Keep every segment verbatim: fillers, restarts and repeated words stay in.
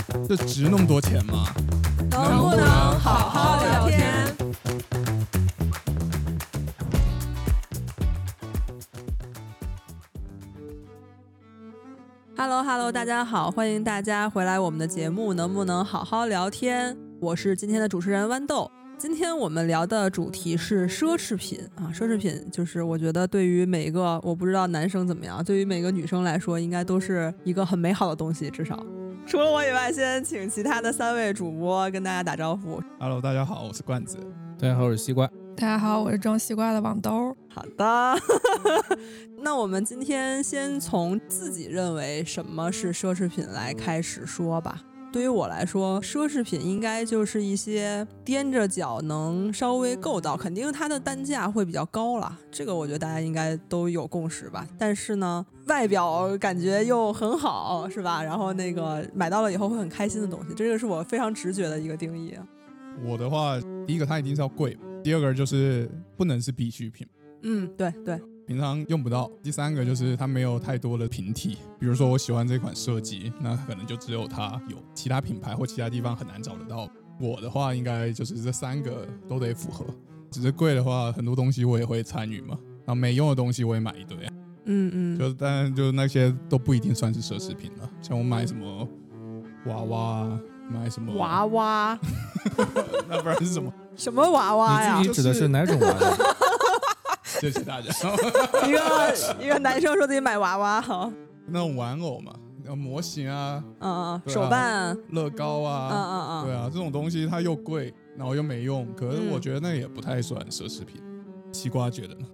这值那么多钱吗？ 能不能好好聊天？Hello Hello， 大家好，欢迎大家回来我们的节目，能不能好好聊天？我是今天的主持人豌豆。今天我们聊的主题是奢侈品啊，奢侈品就是我觉得对于每一个，我不知道男生怎么样，对于每个女生来说，应该都是一个很美好的东西，至少。除了我以外，先请其他的三位主播跟大家打招呼。 Hello， 大家好，我是罐子。 大家好，我是西瓜。 大家好，我是蒸西瓜的网兜。 好的，那我们今天先从自己认为什么是奢侈品来开始说吧。对于我来说，奢侈品应该就是一些踮着脚能稍微够到，肯定它的单价会比较高了，这个我觉得大家应该都有共识吧。但是呢，外表感觉又很好，是吧？然后那个买到了以后会很开心的东西，这个是我非常直觉的一个定义。 我的话，第一个它一定是要贵，第二个就是不能是必需品。 嗯，对对。 平常用不到。第三个就是它没有太多的平替，比如说我喜欢这款设计，那可能就只有它有，其他品牌或其他地方很难找得到。我的话应该就是这三个都得符合，只是贵的话很多东西我也会参与嘛，然后没用的东西我也买一堆。 嗯嗯， 就当然就那些都不一定算是奢侈品了，像我买什么娃娃，买什么娃娃那不然是什么？ 什么娃娃呀？ 你指的是哪种娃娃？ 谢谢大家。 一个一个男生说自己买娃娃哈， 那种玩偶嘛，模型啊， 嗯嗯， 啊、 手办、 乐高啊， 嗯嗯嗯， 对啊，这种东西它又贵，然后又没用，可是我觉得那也不太算奢侈品。嗯、西瓜觉得呢？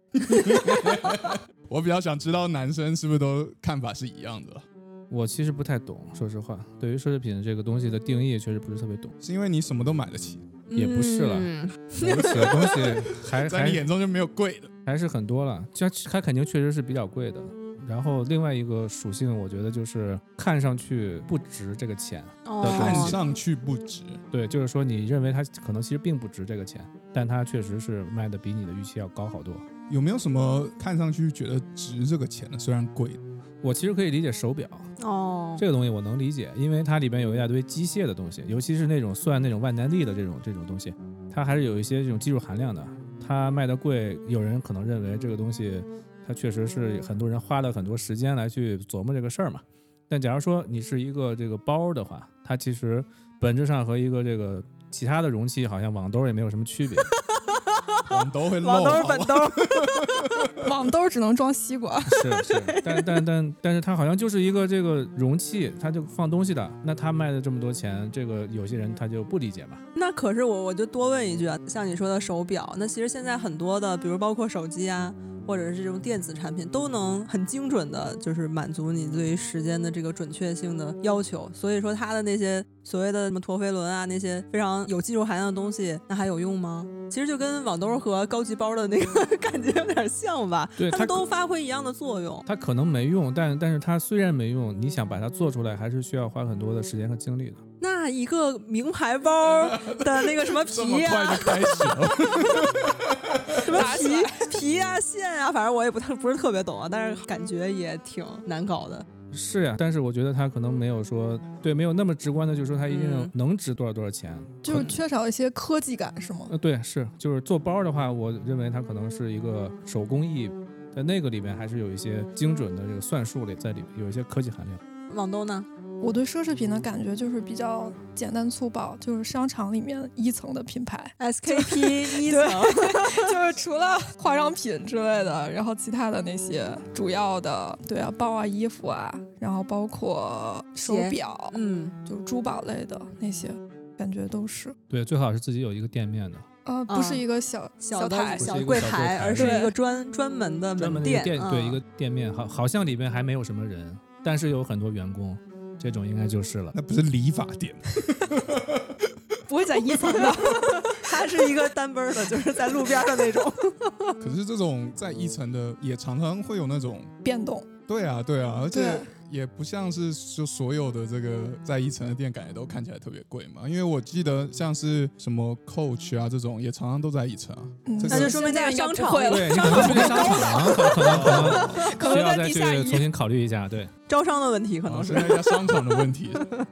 我比较想知道男生是不是都看法是一样的。 我其实不太懂，说实话，对于奢侈品这个东西的定义确实不是特别懂。 是因为你什么都买得起？ 也不是了，买不起的东西还在你眼中就没有贵的， 还是很多了。它肯定确实是比较贵的。然后另外一个属性，我觉得就是看上去不值这个钱的东西。 看上去不值， 对，就是说你认为它可能其实并不值这个钱，但它确实是卖的比你的预期要高好多。 有没有什么看上去觉得值这个钱的，虽然贵的？ 我其实可以理解手表哦， 这个东西我能理解，因为它里边有一大堆机械的东西，尤其是那种算那种万年历的这种这种东西，它还是有一些这种技术含量的。它卖的贵，有人可能认为这个东西它确实是很多人花了很多时间来去琢磨这个事儿嘛。但假如说你是一个这个包的话，它其实本质上和一个这个其他的容器好像网兜也没有什么区别。 网兜会漏， 网兜是本兜， 网兜只能装西瓜。 是是，但但但但是它好像就是一个这个容器，它就放东西的。那它卖的这么多钱，这个有些人他就不理解吧？ 那可是我我就多问一句啊，像你说的手表，那其实现在很多的，比如包括手机啊，或者是这种电子产品，都能很精准的，就是满足你对于时间的这个准确性的要求。所以说它的那些所谓的什么陀飞轮啊，那些非常有技术含量的东西，那还有用吗？其实就跟网兜和高级包的那个感觉有点像吧， 对， 它们都发挥一样的作用。 它可能没用，但但是它虽然没用，你想把它做出来，还是需要花很多的时间和精力的。 那一个名牌包的那个什么皮呀、 啊，这么快就开始了， 什么皮皮啊、线啊，反正我也不太不是特别懂啊，但是感觉也挺难搞的。 是呀，但是我觉得它可能没有说对，没有那么直观的，就是说它一定能值多少多少钱， 嗯、就是缺少一些科技感，是吗？ 呃，对，是，就是做包的话，我认为它可能是一个手工艺，在那个里面还是有一些精准的这个算术里在里面，有一些科技含量。 网兜呢？ 我对奢侈品的感觉就是比较简单粗暴，就是商场里面一层的品牌 S K P 一层就是除了化妆品之类的，然后其他的那些主要的，对啊，包啊、衣服啊，然后包括手表， 嗯， 就珠宝类的那些，感觉都是。 对，最好是自己有一个店面的。 呃，不是一个小、 嗯、小小的小柜台，而是一个专专门的门店， 店嗯、 对一个店面，好，好像里面还没有什么人，但是有很多员工。这种应该就是了， 那不是理发店， 不会在一层的， 它是一个单奔的，就是在路边的那种。 可是这种在一层的也常常会有那种变动。 对啊，对啊，而且也不像是就所有的这个在一层的店感觉都看起来特别贵嘛，因为我记得像是什么 Coach 啊这种也常常都在一层啊、 嗯这个、那就说明那个商场会了， 对，你可能去商场啊，可能可能可能需要再去重新考虑一下，对， 招商的问题可能是、 哦、是那家商场的问题。 好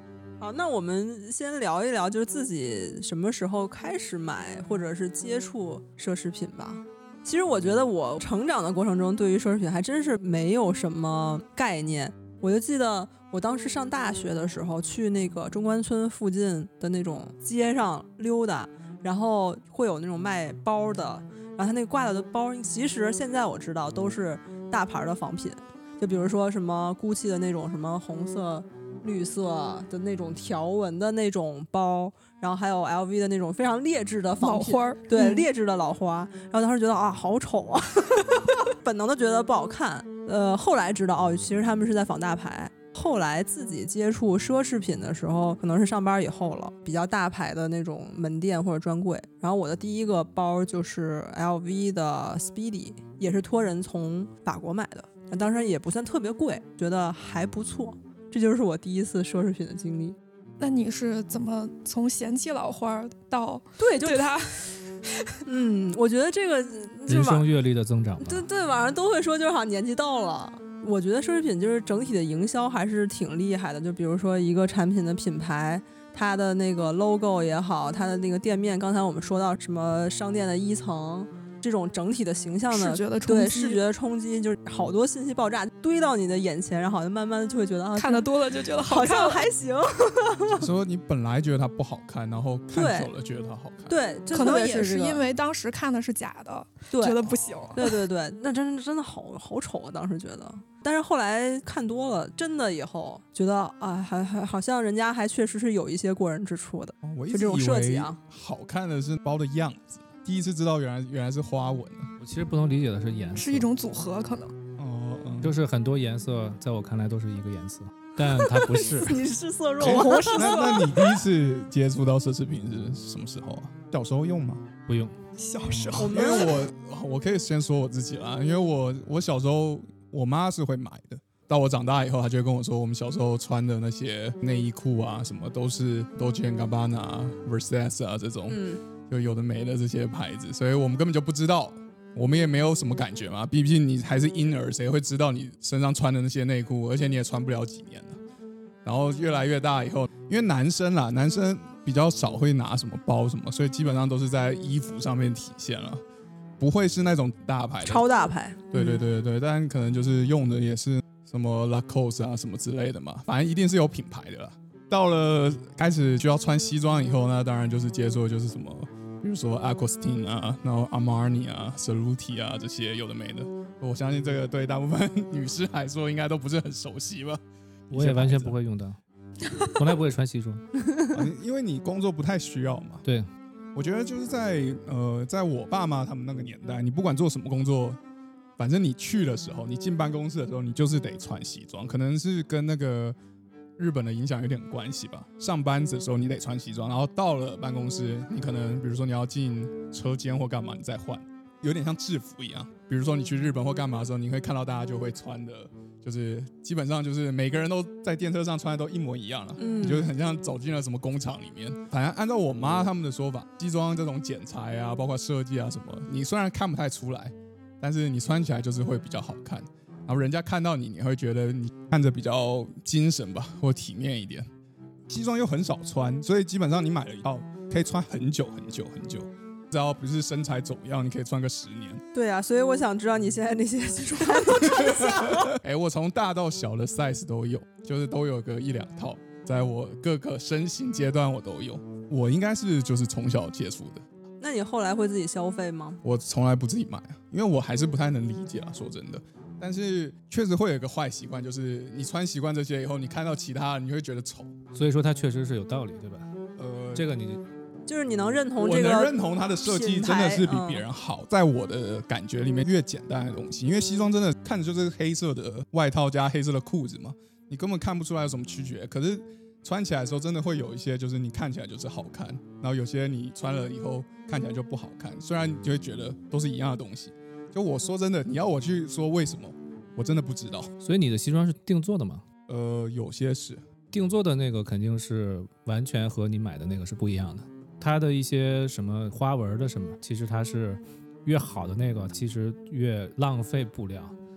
好，那我们先聊一聊，就是自己什么时候开始买或者是接触奢侈品吧。其实我觉得我成长的过程中，对于奢侈品还真是没有什么概念。我就记得我当时上大学的时候，去那个中关村附近的那种街上溜达，然后会有那种卖包的，然后他那个挂的包，其实现在我知道都是大牌的仿品，就比如说什么 GUCCI 的那种什么红色绿色的那种条纹的那种包，然后还有 L V 的那种非常劣质的仿品， 老花儿， 对、 嗯劣质的老花，然后当时觉得啊好丑啊，本能的觉得不好看。呃，后来知道哦，其实他们是在仿大牌。后来自己接触奢侈品的时候，可能是上班以后了，比较大牌的那种门店或者专柜。然后我的第一个包就是 L V 的 Speedy， 也是托人从法国买的，当时也不算特别贵，觉得还不错。这就是我第一次奢侈品的经历。 那你是怎么从嫌弃老花到对，就对它？ 嗯，我觉得这个人生阅历的增长吧。 对对，网上都会说，就是好像年纪到了。我觉得奢侈品就是整体的营销还是挺厉害的，就比如说一个产品的品牌，它的那个 logo 也好，它的那个店面，刚才我们说到什么商店的一层，这种整体的形象的视觉的冲击， 对视觉的冲击，就是好多信息爆炸堆到你的眼前，然后好像慢慢的就会觉得啊， 看得多了就觉得好看了， 像还行。 说你本来觉得它不好看，然后看久了觉得它好看。 对，就可能特别这个也是因为当时看的是假的， 对觉得不行。 对对对，那真真的好好丑啊！当时觉得，但是后来看多了，真的以后觉得啊，还还好像人家还确实是有一些过人之处的。 哦我一就这种直以为设计啊好看的是包的样子，第一次知道原来原来是花纹呢。 我其实不能理解的是颜色， 是一种组合，可能哦，嗯， 就是很多颜色在我看来都是一个颜色，但它不是。 你是色弱口吗？ 红是那那你第一次接触到奢侈品是什么时候啊？小时候用吗？ 不用。 小时候我因为我我可以先说我自己啦，因为我我小时候我妈是会买的，到我长大以后，她就会跟我说，我们小时候穿的那些内衣裤啊，什么都是 Dolce and Gabbana、Versace 啊这种， 嗯， 就有的没的这些牌子，所以我们根本就不知道，我们也没有什么感觉嘛。毕竟你还是婴儿，谁会知道你身上穿的那些内裤？而且你也穿不了几年了。然后越来越大以后，因为男生啦，男生比较少会拿什么包什么，所以基本上都是在衣服上面体现了，不会是那种大牌的超大牌。 对对对对对，但可能就是用的也是什么 Lacoste 啊什么之类的嘛，反正一定是有品牌的啦。到了开始需要穿西装以后呢，当然就是接触就是什么，比如说 Aquastin 啊，然后 Armani 啊、Cerruti 啊这些有的没的。我相信这个对大部分女士来说应该都不是很熟悉吧。 我也完全不会用到，从来不会穿西装。 啊因为你工作不太需要嘛。 对， 我觉得就是在呃，在我爸妈他们那个年代，你不管做什么工作，反正你去的时候，你进办公室的时候，你就是得穿西装。可能是跟那个日本的影响有点关系吧。上班的时候你得穿西装，然后到了办公室，你可能比如说你要进车间或干嘛，你再换，有点像制服一样。比如说你去日本或干嘛的时候，你会看到大家就会穿的，就是基本上就是每个人都在电车上穿的都一模一样了， 嗯你就很像走进了什么工厂里面。反正按照我妈他们的说法，西装这种剪裁啊，包括设计啊什么，你虽然看不太出来，但是你穿起来就是会比较好看。然后人家看到你，你会觉得你看着比较精神吧，或体面一点。西装又很少穿，所以基本上你买了一套可以穿很久很久很久。只要不是身材走样，你可以穿个十年。 对啊，所以我想知道你现在那些西装还能穿下吗？ 哎，我从大到小的 size 都有，就是都有个一两套，在我各个身形阶段我都有。我应该是就是从小接触的。 那你后来会自己消费吗？ 我从来不自己买啊，因为我还是不太能理解啊，说真的。但是确实会有一个坏习惯，就是你穿习惯这些以后，你看到其他的，你会觉得丑。 所以说它确实是有道理，对吧？ 呃， 这个你就是你能认同我这个？ 能认同它的设计真的是比别人好，在我的感觉里面，越简单的东西，因为西装真的看着就是黑色的外套加黑色的裤子嘛，你根本看不出来有什么区别。可是穿起来的时候，真的会有一些，就是你看起来就是好看，然后有些你穿了以后看起来就不好看。虽然你就会觉得都是一样的东西，就我说真的，你要我去说为什么，我真的不知道。 所以你的西装是定做的吗？ 呃，有些是定做的那个肯定是完全和你买的那个是不一样的。它的一些什么花纹的什么，其实它是越好的那个，其实越浪费布料。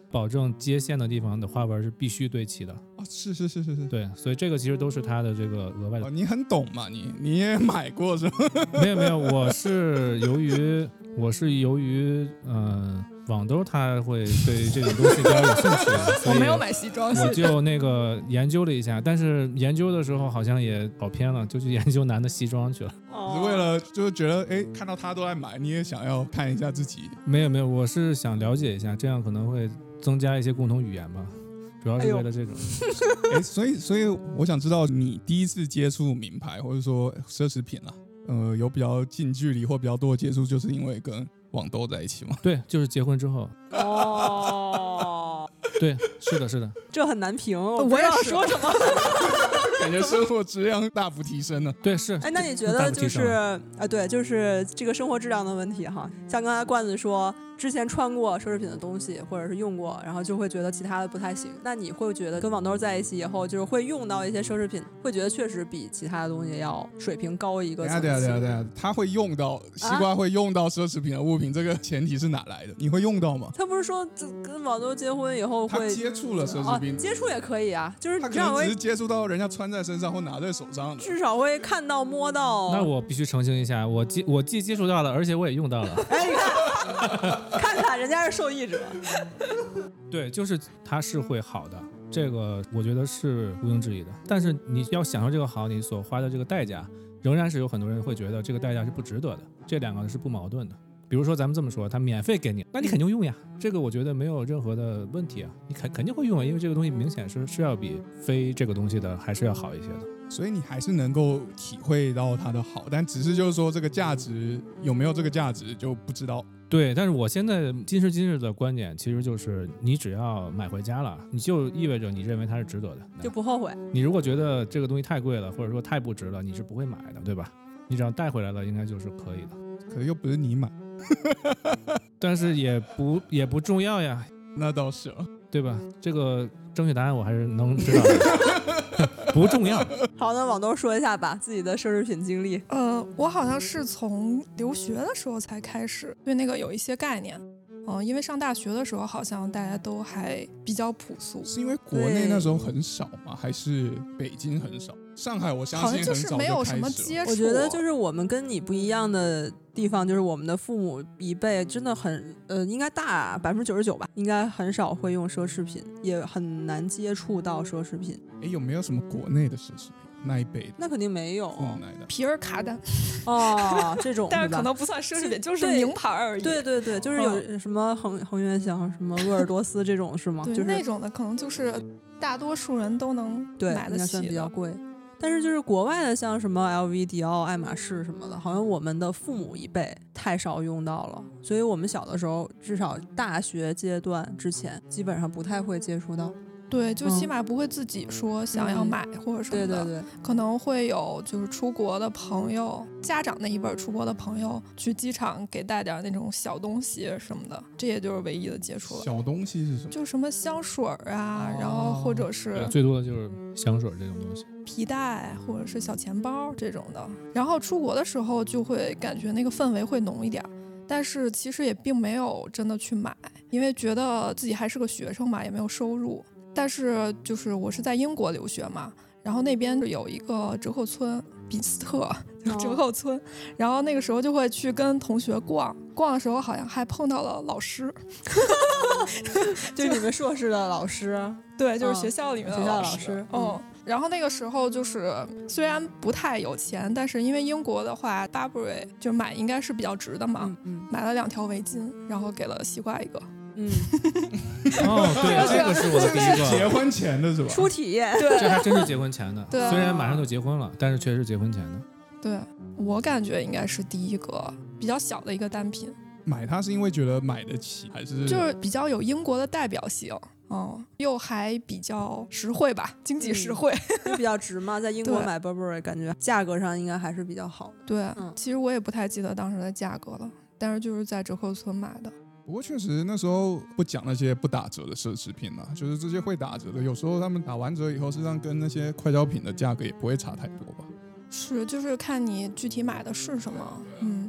保证接线的地方的花纹是必须对齐的。 哦，是是是是是， 对，所以这个其实都是它的这个额外的。 哦，你很懂嘛，你你也买过是吧？ 没有没有，我是由于我是由于嗯。呃网兜他会对这种东西比较有兴趣， 我没有买西装， 我就那个研究了一下，但是研究的时候好像也跑偏了，就去研究男的西装去了。 只是为了就是觉得哎，看到他都在买，你也想要看一下自己。 没有没有，我是想了解一下，这样可能会增加一些共同语言吧，主要是为了这种。 哎，所以所以我想知道你第一次接触名牌或者说奢侈品啊，呃，有比较近距离或比较多的接触，就是因为跟网兜在一起吗？ 对，就是结婚之后。 哦， 对，是的，是的， 这很难评，我我也是说什么。 感觉生活质量大幅提升了。 对，是。 哎，那你觉得就是啊、呃，对，就是这个生活质量的问题哈。像刚才罐子说，之前穿过奢侈品的东西，或者是用过，然后就会觉得其他的不太行。那你会觉得跟网兜在一起以后，就是会用到一些奢侈品，会觉得确实比其他的东西要水平高一个层次。 对啊对啊对啊，他会用到西瓜会用到奢侈品的物品，啊、这个前提是哪来的？你会用到吗？ 他不是说跟网兜结婚以后会他接触了奢侈品、 哦，接触也可以啊，就是他可能只是接触到人家穿在身上或拿在手上的， 至少会看到摸到。 那我必须澄清一下，我接我既接触到了，而且我也用到了。 哎，你看，看看人家是受益者。 对，就是它是会好的，这个我觉得是毋庸置疑的。但是你要享受这个好，你所花的这个代价，仍然是有很多人会觉得这个代价是不值得的，这两个是不矛盾的。比如说咱们这么说，他免费给你，那你肯定用呀，这个我觉得没有任何的问题啊，你肯肯定会用啊，因为这个东西明显是是要比非这个东西的还是要好一些的。 所以你还是能够体会到它的好，但只是就是说这个价值有没有这个价值就不知道。 对，但是我现在今时今日的观点其实就是你只要买回家了，你就意味着你认为它是值得的， 就不后悔。 你如果觉得这个东西太贵了，或者说太不值了，你是不会买的，对吧？你只要带回来了，应该就是可以的。 可是又不是你买。 但是也不也不重要呀， 那倒是， 对吧？这个正确答案我还是能知道的，不重要。 好，那网兜说一下吧，自己的奢侈品经历。 呃，我好像是从留学的时候才开始对那个有一些概念。嗯、呃，因为上大学的时候好像大家都还比较朴素。 是因为国内那时候很少吗？还是北京很少？上海我相信很早就开始了。 好像就是没有什么接触。 我觉得就是我们跟你不一样的地方，就是我们的父母一辈真的很呃，应该大百分之九十九吧，应该很少会用奢侈品，也很难接触到奢侈品。 哎，有没有什么国内的奢侈品？那一辈的那肯定没有。 皮尔卡丹哦，这种但是可能不算奢侈品，就是名牌而已。 对对对，就是有什么恒恒源祥、什么鄂尔多斯这种是吗？ 对， 就是那种的可能就是大多数人都能买得起的， 对，应该算比较贵。但是就是国外的，像什么 L V、迪奥、爱马仕什么的，好像我们的父母一辈太少用到了，所以我们小的时候，至少大学阶段之前，基本上不太会接触到。 对，就起码不会自己说想要买或者什么的， 嗯、对对对， 可能会有就是出国的朋友，家长那一辈出国的朋友去机场给带点那种小东西什么的，这也就是唯一的接触了。 小东西是什么？ 就什么香水啊，哦、然后或者是最多的就是香水这种东西， 皮带或者是小钱包这种的。然后出国的时候就会感觉那个氛围会浓一点。但是其实也并没有真的去买，因为觉得自己还是个学生嘛，也没有收入。但是就是我是在英国留学嘛，然后那边有一个折扣村，比斯特折扣村、哦、然后那个时候就会去跟同学逛逛的时候，好像还碰到了老师就是你们硕士的老师对，就是学校里面的老师，学校老师嗯。然后那个时候就是虽然不太有钱，但是因为英国的话 Burberry 就买应该是比较值的嘛、 嗯嗯、 买了两条围巾，然后给了西瓜一个。 嗯， 哦，对，这个是我的第一个结婚前的是吧？ 初体验， 对， 这还真是结婚前的。 对， 虽然马上就结婚了，但是确实是结婚前的。 对，我感觉应该是第一个比较小的一个单品。 买它是因为觉得买得起，还是就是比较有英国的代表性，嗯，又还比较实惠吧，经济实惠， 嗯、比较值嘛。在英国买 Burberry 感觉价格上应该还是比较好的。 对、 嗯， 其实我也不太记得当时的价格了，但是就是在折扣村买的。 不过确实那时候不讲那些不打折的奢侈品啊，就是这些会打折的，有时候他们打完折以后，实际上跟那些快消品的价格也不会差太多吧。 是，就是看你具体买的是什么。嗯，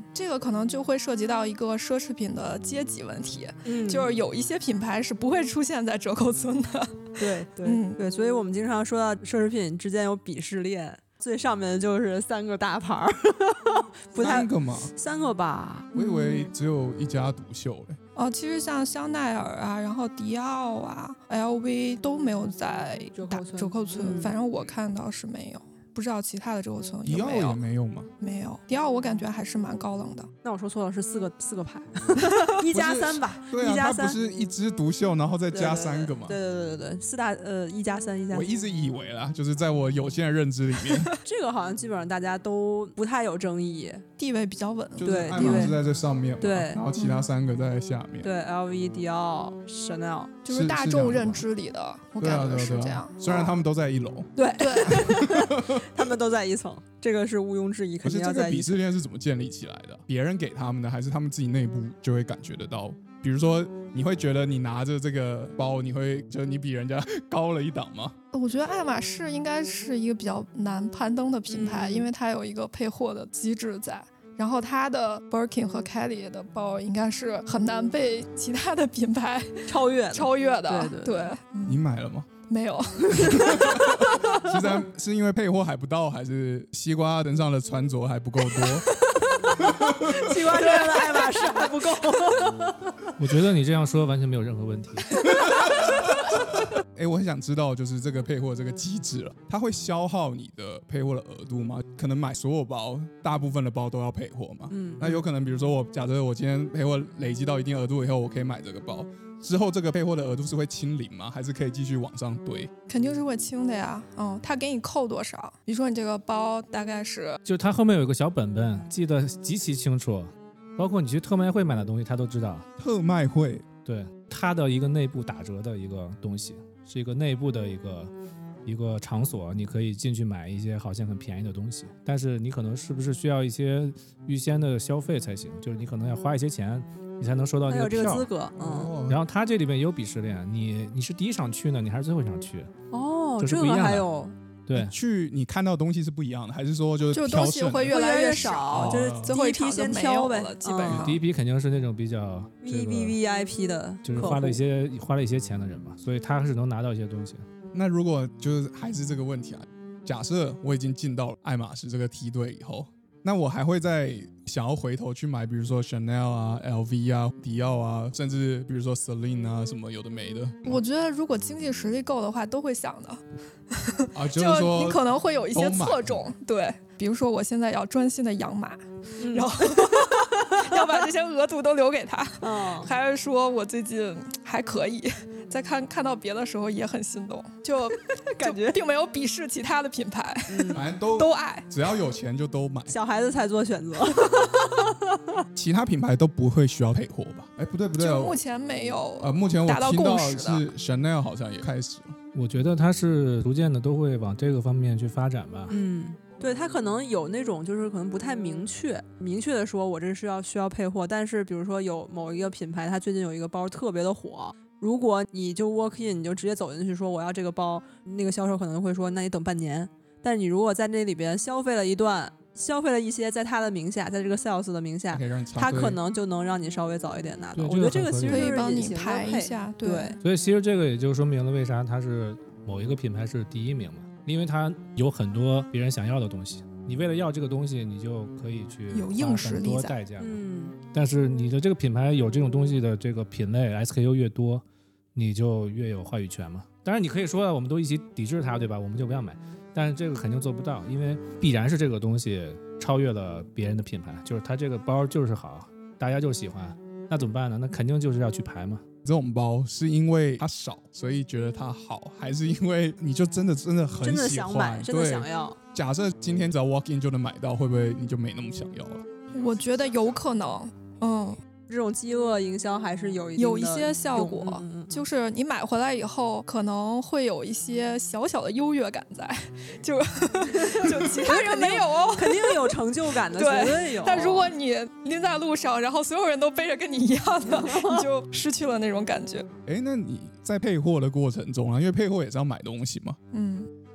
这个可能就会涉及到一个奢侈品的阶级问题， 嗯， 就是有一些品牌是不会出现在折扣村的。 对对、 嗯、 对，所以我们经常说到奢侈品之间有鄙视链，最上面的就是三个大牌儿，不太三个吗？ 三个吧， 我以为只有一家独秀嘞。 哦，其实像香奈儿啊，然后迪奥啊 L V 都没有在打折扣村折扣村、 嗯、 反正我看到是没有，不知道其他的折扣村迪奥有没有。 也没有吗？ 没有，迪奥我感觉还是蛮高冷的。 那我说错了，是四个四个牌，一加三吧。 对啊， 一加三它不是一枝独秀，然后再加三个吗？ 对对对对对，四大呃一加三一加三。 我一直以为啦，就是在我有限的认知里面， 这个好像基本上大家都不太有争议， 地位比较稳。 就是爱马仕在这上面嘛， 对， 然后其他三个在下面。 对 ，L V、迪奥、Chanel， 就是大众认知里的，我感觉是这样。 啊啊啊、虽然他们都在一楼， 对对， 他们都在一层，这个是毋庸置疑，肯定要在一层。 可是这个鄙视链是怎么建立起来的？别人给他们的，还是他们自己内部就会感觉得到？比如说，你会觉得你拿着这个包，你会觉得你比人家高了一档吗？ 我觉得爱马仕应该是一个比较难攀登的品牌，嗯、因为它有一个配货的机制在。然后它的 Birkin 和 Kelly 的包应该是很难被其他的品牌超越超越的。 对对对， 嗯、你买了吗？ 没有。 是在是因为配货还不到，还是西瓜身上的穿着还不够多？ 西瓜身上的爱马仕还不够。 我觉得你这样说完全没有任何问题。 哎，我很想知道，就是这个配货这个机制了，它会消耗你的配货的额度吗？可能买所有包，大部分的包都要配货嘛。嗯，那有可能，比如说我假设我今天配货累积到一定额度以后，我可以买这个包。之后这个配货的额度是会清零吗？还是可以继续往上堆？ 肯定是会清的呀。嗯，他给你扣多少？比如说你这个包大概是， 就是它后面有一个小本本，记得极其清楚，包括你去特卖会买的东西，他都知道。 特卖会， 对，它的一个内部打折的一个东西，是一个内部的一个一个场所，你可以进去买一些好像很便宜的东西，但是你可能是不是需要一些预先的消费才行？就是你可能要花一些钱。你才能收到这个票， 有这个资格，嗯。 然后它这里面也有鄙视链，你你是第一场去呢，你还是最后一场去？ 哦， 这是不一样的。 还有， 对， 去你看到的东西是不一样的，还是说就是就东西会越来越少， 就是最后一批先挑呗， 基本上。 第一批肯定是那种比较 V V V I P 的， 就是花了一些花了一些钱的人嘛，所以他是能拿到一些东西。 那如果就是还是这个问题啊，假设我已经进到爱马仕这个梯队以后。那我还会再想要回头去买，比如说 Chanel 啊、L V 啊、迪奥啊，甚至比如说 Celine 啊，什么有的没的。 我觉得如果经济实力够的话，都会想的。 啊，就是说你可能会有一些侧重，对，比如说我现在要专心的养马，嗯、然后要把这些额度都留给他，嗯、还是说我最近还可以。在看看到别的时候也很心动，就感觉并没有鄙视其他的品牌， 嗯、反正都都爱， 只要有钱就都买。 小孩子才做选择， 其他品牌都不会需要配货吧？哎，不对不对， 就目前没有。 呃，目前我听到是 Chanel 好像也开始了。 我觉得它是逐渐的都会往这个方面去发展吧。 嗯。对，它可能有那种就是可能不太明确明确的说我这是要需要配货，但是比如说有某一个品牌它最近有一个包特别的火，如果你就 walk in 你就直接走进去说我要这个包，那个销售可能会说那你等半年，但是你如果在那里边消费了一段消费了一些在他的名下，在这个 sales 的名下，他可能就能让你稍微早一点拿到。我觉得这个其实可以帮你排一下，对。 对， 所以其实这个也就说明了为啥它是某一个品牌是第一名嘛，因为它有很多别人想要的东西，你为了要这个东西，你就可以去有硬实力多代价。 嗯。 但是你的这个品牌有这种东西的这个品类 S K U 越多，你就越有话语权嘛。当然你可以说我们都一起抵制它，对吧？我们就不要买。但是这个肯定做不到，因为必然是这个东西超越了别人的品牌，就是它这个包就是好，大家就喜欢，那怎么办呢？那肯定就是要去排嘛。 这种包是因为它少，所以觉得它好，还是因为你就真的真的很喜欢， 真的想买，真的想要？ 假设今天只要 walk in 就能买到，会不会你就没那么想要了？ 我觉得有可能，嗯。 这种饥饿营销还是有一有一些效果， 嗯嗯、 就是你买回来以后可能会有一些小小的优越感在，就就其他人没有哦， 肯定有成就感的，绝对有。 但如果你拎在路上，然后所有人都背着跟你一样的，你就失去了那种感觉。 哎，那你在配货的过程中啊，因为配货也是要买东西嘛， 嗯，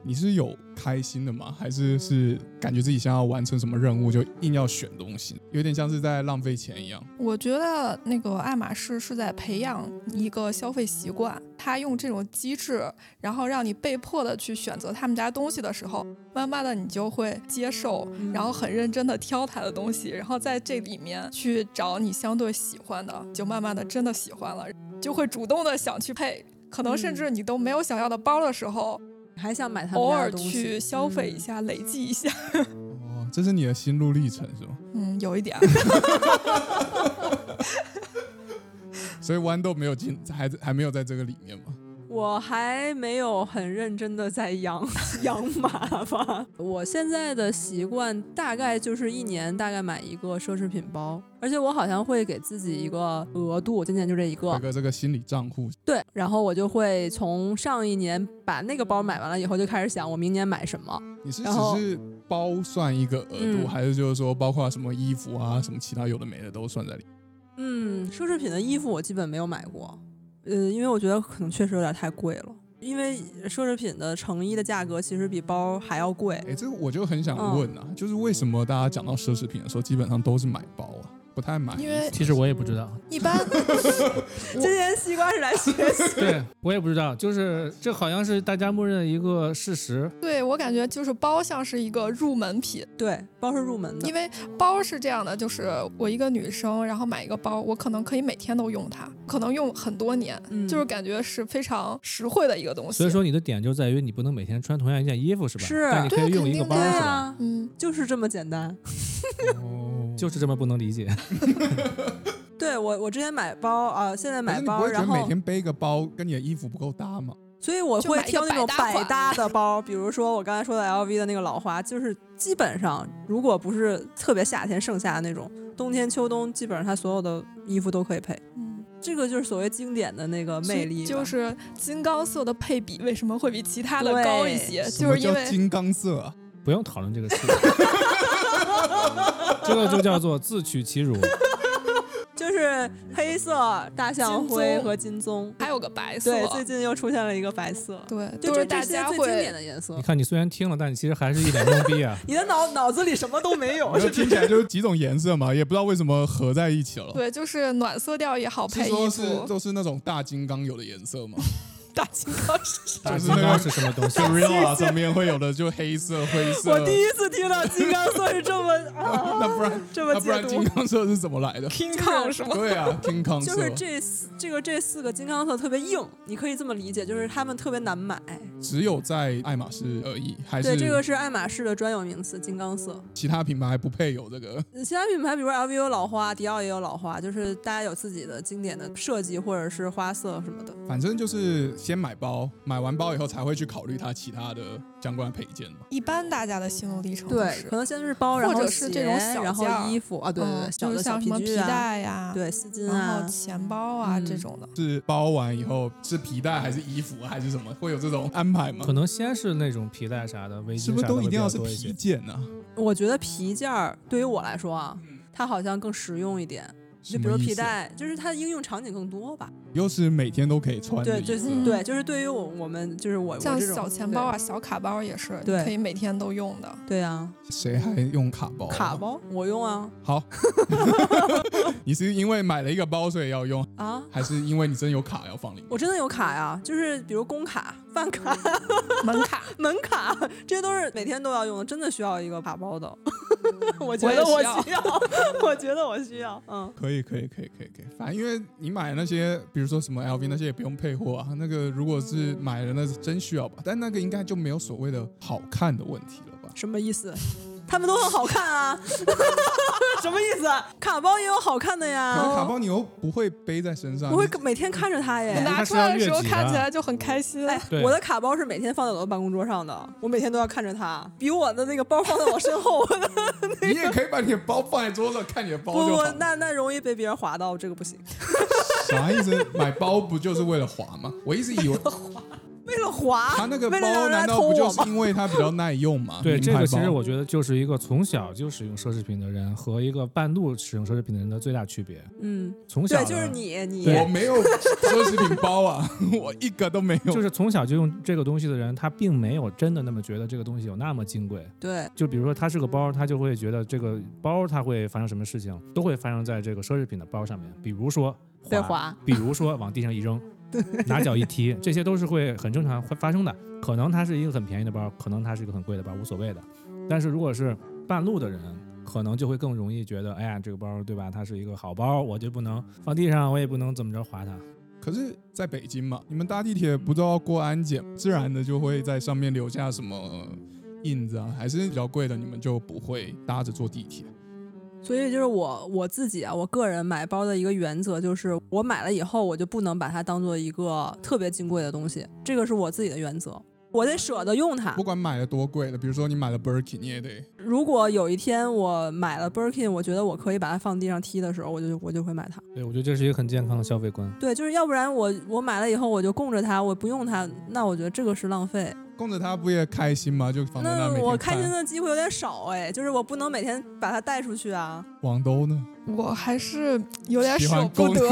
你是有开心的吗？还是是感觉自己想要完成什么任务就硬要选东西，有点像是在浪费钱一样？ 我觉得那个爱马仕是在培养一个消费习惯，他用这种机制，然后让你被迫的去选择他们家东西的时候，慢慢的你就会接受，然后很认真的挑他的东西，然后在这里面去找你相对喜欢的，就慢慢的真的喜欢了，就会主动的想去配，可能甚至你都没有想要的包的时候， 还想买他们偶尔家的东西， 去消费一下，累积一下。 哦，这是你的心路历程是吗？ 嗯，有一点。 所以豌豆没有进，还还没有在这个里面吗？ 我还没有很认真的在养养马吧。我现在的习惯大概就是一年大概买一个奢侈品包，而且我好像会给自己一个额度，今年就这一个， 有个这个心理账户。 对，然后我就会从上一年把那个包买完了以后，就开始想我明年买什么。 你是然后只是包算一个额度， 嗯还是就是说包括什么衣服啊，什么其他有的没的都算在里面？ 嗯，奢侈品的衣服我基本没有买过。呃，因为我觉得可能确实有点太贵了，因为奢侈品的成衣的价格其实比包还要贵。 哎，这个我就很想问啊，嗯、就是为什么大家讲到奢侈品的时候，基本上都是买包啊，不太买？ 因为其实我也不知道， 一般今天西瓜是来学习， 对我也不知道，就是这好像是大家默认的一个事实。 对我感觉就是包像是一个入门品， 对，包是入门的， 因为包是这样的，就是我一个女生，然后买一个包，我可能可以每天都用它，可能用很多年， 嗯、 就是感觉是非常实惠的一个东西。 所以说你的点就在于你不能每天穿同样一件衣服，是吧？ 是， 但你可以用一个包，是吧？ 啊、 嗯， 就是这么简单。 哦， 就是这么不能理解。 对我，我之前买包啊、呃，现在买包，然后每天背个包跟你的衣服不够搭吗？ 所以我会挑那种百搭的包，比如说我刚才说的 L V 的那个老花，就是基本上如果不是特别夏天盛夏的那种，冬天秋冬基本上它所有的衣服都可以配。嗯，这个就是所谓经典的那个魅力， 就是金刚色的配比为什么会比其他的高一些，就是因为金刚色啊， 不用讨论这个事。这个就叫做自取其辱。 就是黑色、大象灰和金棕， 还有个白色。 对，最近又出现了一个白色。 对， 就是大家最经典的颜色。 你看，你虽然听了，但你其实还是一脸懵逼啊！ 你的脑脑子里什么都没有，是听起来就是几种颜色嘛，也不知道为什么合在一起了。 对，就是暖色调也好配衣服。 是说是都是那种大金刚有的颜色吗？ 大金刚是大金刚是什么东西 ？Gorilla 上面会有的就黑色、灰色。 我第一次听到金刚色是这么啊， 那不然这么那不然金刚色是怎么来的 ？King Kong 是吗？ 对啊 ，King Kong 色就是这这个这四个金刚色特别硬，你可以这么理解，就是他们特别难买。 只有在爱马仕而已，还是对，这个是爱马仕的专有名词，金刚色。 其他品牌还不配有这个。 其他品牌比如 L V 有老花，迪奥也有老花，就是大家有自己的经典的设计或者是花色什么的。 反正就是先买包。买完包以后才会去考虑它其他的相关配件嘛。 一般大家的心路历程对，可能先是包， 或者是这种小然后衣服啊，对对对， 就是像什么皮带呀， 对，丝巾啊， 然后钱包啊这种的。 是包完以后是皮带还是衣服还是什么？会有这种安排吗？ 可能先是那种皮带啥的，围巾啥的， 是不是都一定要是皮件呢？ 我觉得皮件对于我来说啊，它好像更实用一点。就比如皮带，就是它应用场景更多吧。 又是每天都可以穿的。 对，就是对，就是对于我我们就是我像小钱包啊、小卡包也是，可以每天都用的。 对啊， 谁还用卡包？ 卡包我用啊。 好，你是因为买了一个包所以要用啊，还是因为你真有卡要放里面？ 我真的有卡呀，就是比如工卡、饭卡、 门卡、 门卡，这些都是每天都要用的，真的需要一个卡包的。我觉得我需要，我觉得我需要，嗯， 可以，可以，可以，可以，可以。反正因为你买那些，比如说什么 L V 那些也不用配货啊，那个如果是买了那是真需要吧，但那个应该就没有所谓的好看的问题了吧？ 什么意思？他们都很好看啊，什么意思？卡包也有好看的呀。 可是卡包你又不会背在身上， 我会每天看着它耶。 拿出来的时候看起来就很开心。 哎，我的卡包是每天放在我的办公桌上的，我每天都要看着它，比我的那个包放在我身后。 你也可以把你的包放在桌上，看你的包就好。 不不，那那容易被别人划到，这个不行。 啥意思？买包不就是为了滑吗？我一直以为为了滑。 它那个包为了让人来难道不就偷我吗是因为它比较耐用吗？ 对，这名牌包个其实我觉得就是一个从小就使用奢侈品的人和一个半路使用奢侈品的人的最大区别。 嗯， 从小对，就是你你我没有奢侈品包啊，我一个都没有。 就是从小就用这个东西的人，他并没有真的那么觉得这个东西有那么金贵。 对， 就比如说它是个包，他就会觉得这个包它会发生什么事情，都会发生在这个奢侈品的包上面。比如说被滑， 比如说往地上一扔，拿脚一踢，这些都是会很正常会发生的。可能它是一个很便宜的包，可能它是一个很贵的包，无所谓的。但是如果是半路的人，可能就会更容易觉得，哎呀，这个包对吧？它是一个好包，我就不能放地上，我也不能怎么着划它。 可是，在北京嘛，你们搭地铁不都要过安检，自然的就会在上面留下什么印子啊？还是比较贵的，你们就不会搭着坐地铁？ 所以就是我我自己啊，我个人买包的一个原则就是，我买了以后，我就不能把它当做一个特别金贵的东西，这个是我自己的原则。我得舍得用它， 不管买了多贵的，比如说你买了 Birkin， 你也得。 如果有一天我买了 Birkin， 我觉得我可以把它放地上踢的时候，我就我就会买它。 对，我觉得这是一个很健康的消费观。 对，就是要不然我我买了以后我就供着它，我不用它，那我觉得这个是浪费。 供着它不也开心吗？就放在那每天看。 那我开心的机会有点少哎，就是我不能每天把它带出去啊。 王兜呢？ 我还是有点舍不得。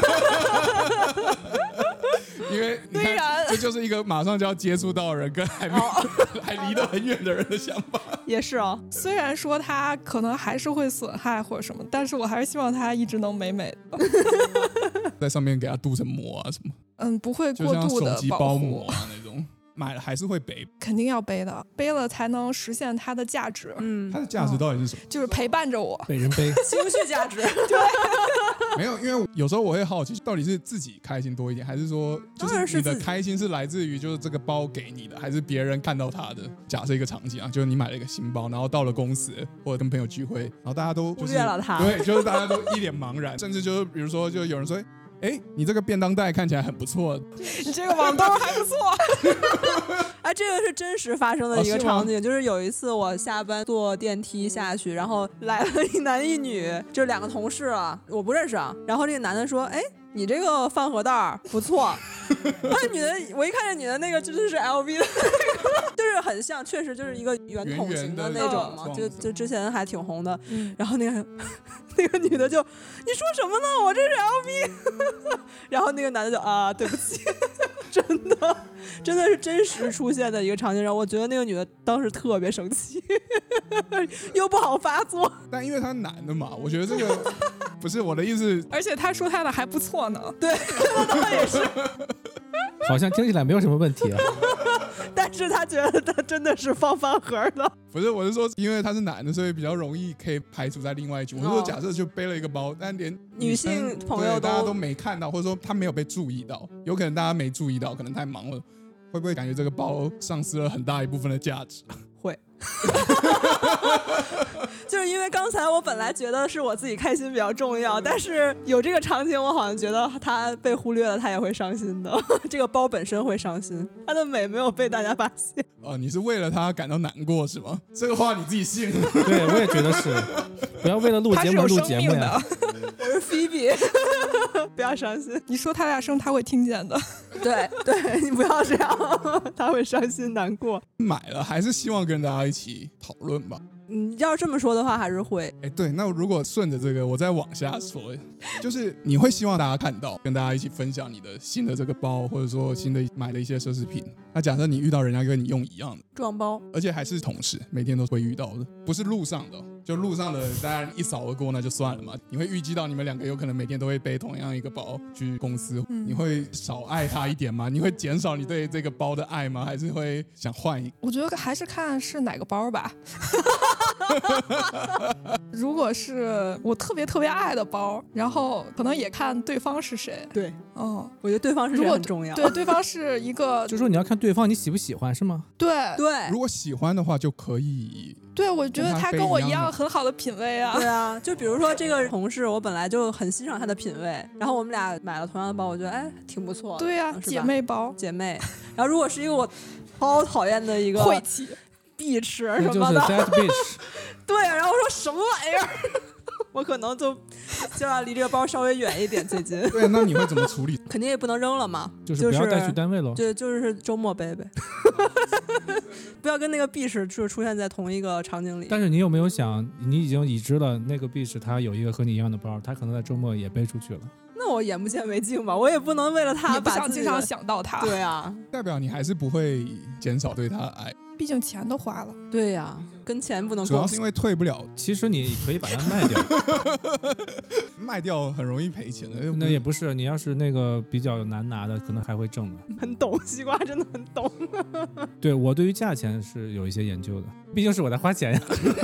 因为你看，这就是一个马上就要接触到的人跟还没、哦、还离得很远的人的想法。 也是哦， 虽然说它可能还是会损害或者什么，但是我还是希望它一直能美美的。 在上面给它镀层膜啊什么。 嗯，不会过度的就像手机包膜啊那种。买了还是会背，肯定要背的，背了才能实现它的价值。 嗯， 它的价值到底是什么？ 嗯、就是陪伴着我， 被人背， 情绪价值。 对， 没有，因为有时候我会好奇，到底是自己开心多一点，还是说，就是你的开心是来自于就是这个包给你的，还是别人看到它的？假设一个场景啊，就是你买了一个新包，然后到了公司或者跟朋友聚会，然后大家都就是忽略了它， 对，就是大家都一脸茫然，甚至就是比如说，就有人说。哎，你这个便当袋看起来很不错， 你这个网兜还不错。 哎，这个是真实发生的一个场景，哦、是就是有一次我下班坐电梯下去，然后来了一男一女，就是两个同事啊，我不认识啊。然后这个男的说：“哎，你这个饭盒袋不错。”那女的，我一看这女的那个真的是 L V 的，就是很像，确实就是一个圆筒型的那种嘛，就就之前还挺红的。嗯、然后那个那个女的就你说什么呢？我这是 L V。然后那个男的就啊，对不起，真的真的是真实出现的一个场景，让我觉得那个女的当时特别生气，又不好发作。 但因为她男的嘛，我觉得这个不是我的意思。 而且他说他的还不错呢。 对，那倒也是。 好像听起来没有什么问题啊。 但是他觉得他真的是放饭盒的。 不是，我是说，因为他是男的，所以比较容易可以排除在另外一群。我是说，假设就背了一个包，但连女性朋友都大家都没看到，或者说他没有被注意到，有可能大家没注意到，可能太忙了，会不会感觉这个包丧失了很大一部分的价值？ 会。就是因为刚才我本来觉得是我自己开心比较重要，但是有这个场景，我好像觉得他被忽略了，他也会伤心的。这个包本身会伤心，它的美没有被大家发现。 哦，你是为了他感到难过是吗？这个话你自己信？ 对，我也觉得是。不要为了录节目录节目呀。 我是菲比，不要伤心。 你说他俩声他会听见的。 对对，你不要这样，他会伤心难过。 买了还是希望跟大家一起讨论吧。 嗯，要这么说的话还是会。 哎，对，那如果顺着这个我再往下说，就是你会希望大家看到，跟大家一起分享你的新的这个包，或者说新的买的一些奢侈品。那假设你遇到人家跟你用一样的撞包， 而且还是同事，每天都会遇到的，不是路上的，就路上的当然一扫而过那就算了嘛。你会预计到你们两个有可能每天都会背同样一个包去公司，嗯、你会少爱他一点吗？你会减少你对这个包的爱吗？还是会想换一个？ 我觉得还是看是哪个包吧。如果是我特别特别爱的包，然后可能也看对方是谁。 对， 哦， 我觉得对方是谁很重要。 对，对方是一个， 就是说你要看对方你喜不喜欢是吗？ 对对， 如果喜欢的话就可以。 对，我觉得他跟我一样很好的品味啊。 对啊，就比如说这个同事，我本来就很欣赏他的品味，然后我们俩买了同样的包，我觉得哎挺不错的。 对啊，姐妹包， 姐妹。然后如果是一个我超讨厌的一个晦气。 必吃什么的， 就是 that bitch 对，然后我说什么玩意儿，我可能就就要离这个包稍微远一点。最近对，那你会怎么处理？ 肯定也不能扔了嘛， 就是不要带去单位喽。 对，就是周末背背，不要跟那个 B 室就出现在同一个场景里。 但是你有没有想，你已经已知了那个 B 室他有一个和你一样的包，他可能在周末也背出去了。 那我眼不见为净吧，我也不能为了他不想经常想到他。 对啊， 代表你还是不会减少对他的爱。 毕竟钱都花了。 对呀、啊，跟钱不能。 主要是因为退不了。 其实你可以把它卖掉， 卖掉很容易赔钱的。 那也不是，你要是那个比较难拿的，可能还会挣的。 很懂，西瓜真的很懂。 对，我对于价钱是有一些研究的，毕竟是我在花钱呀。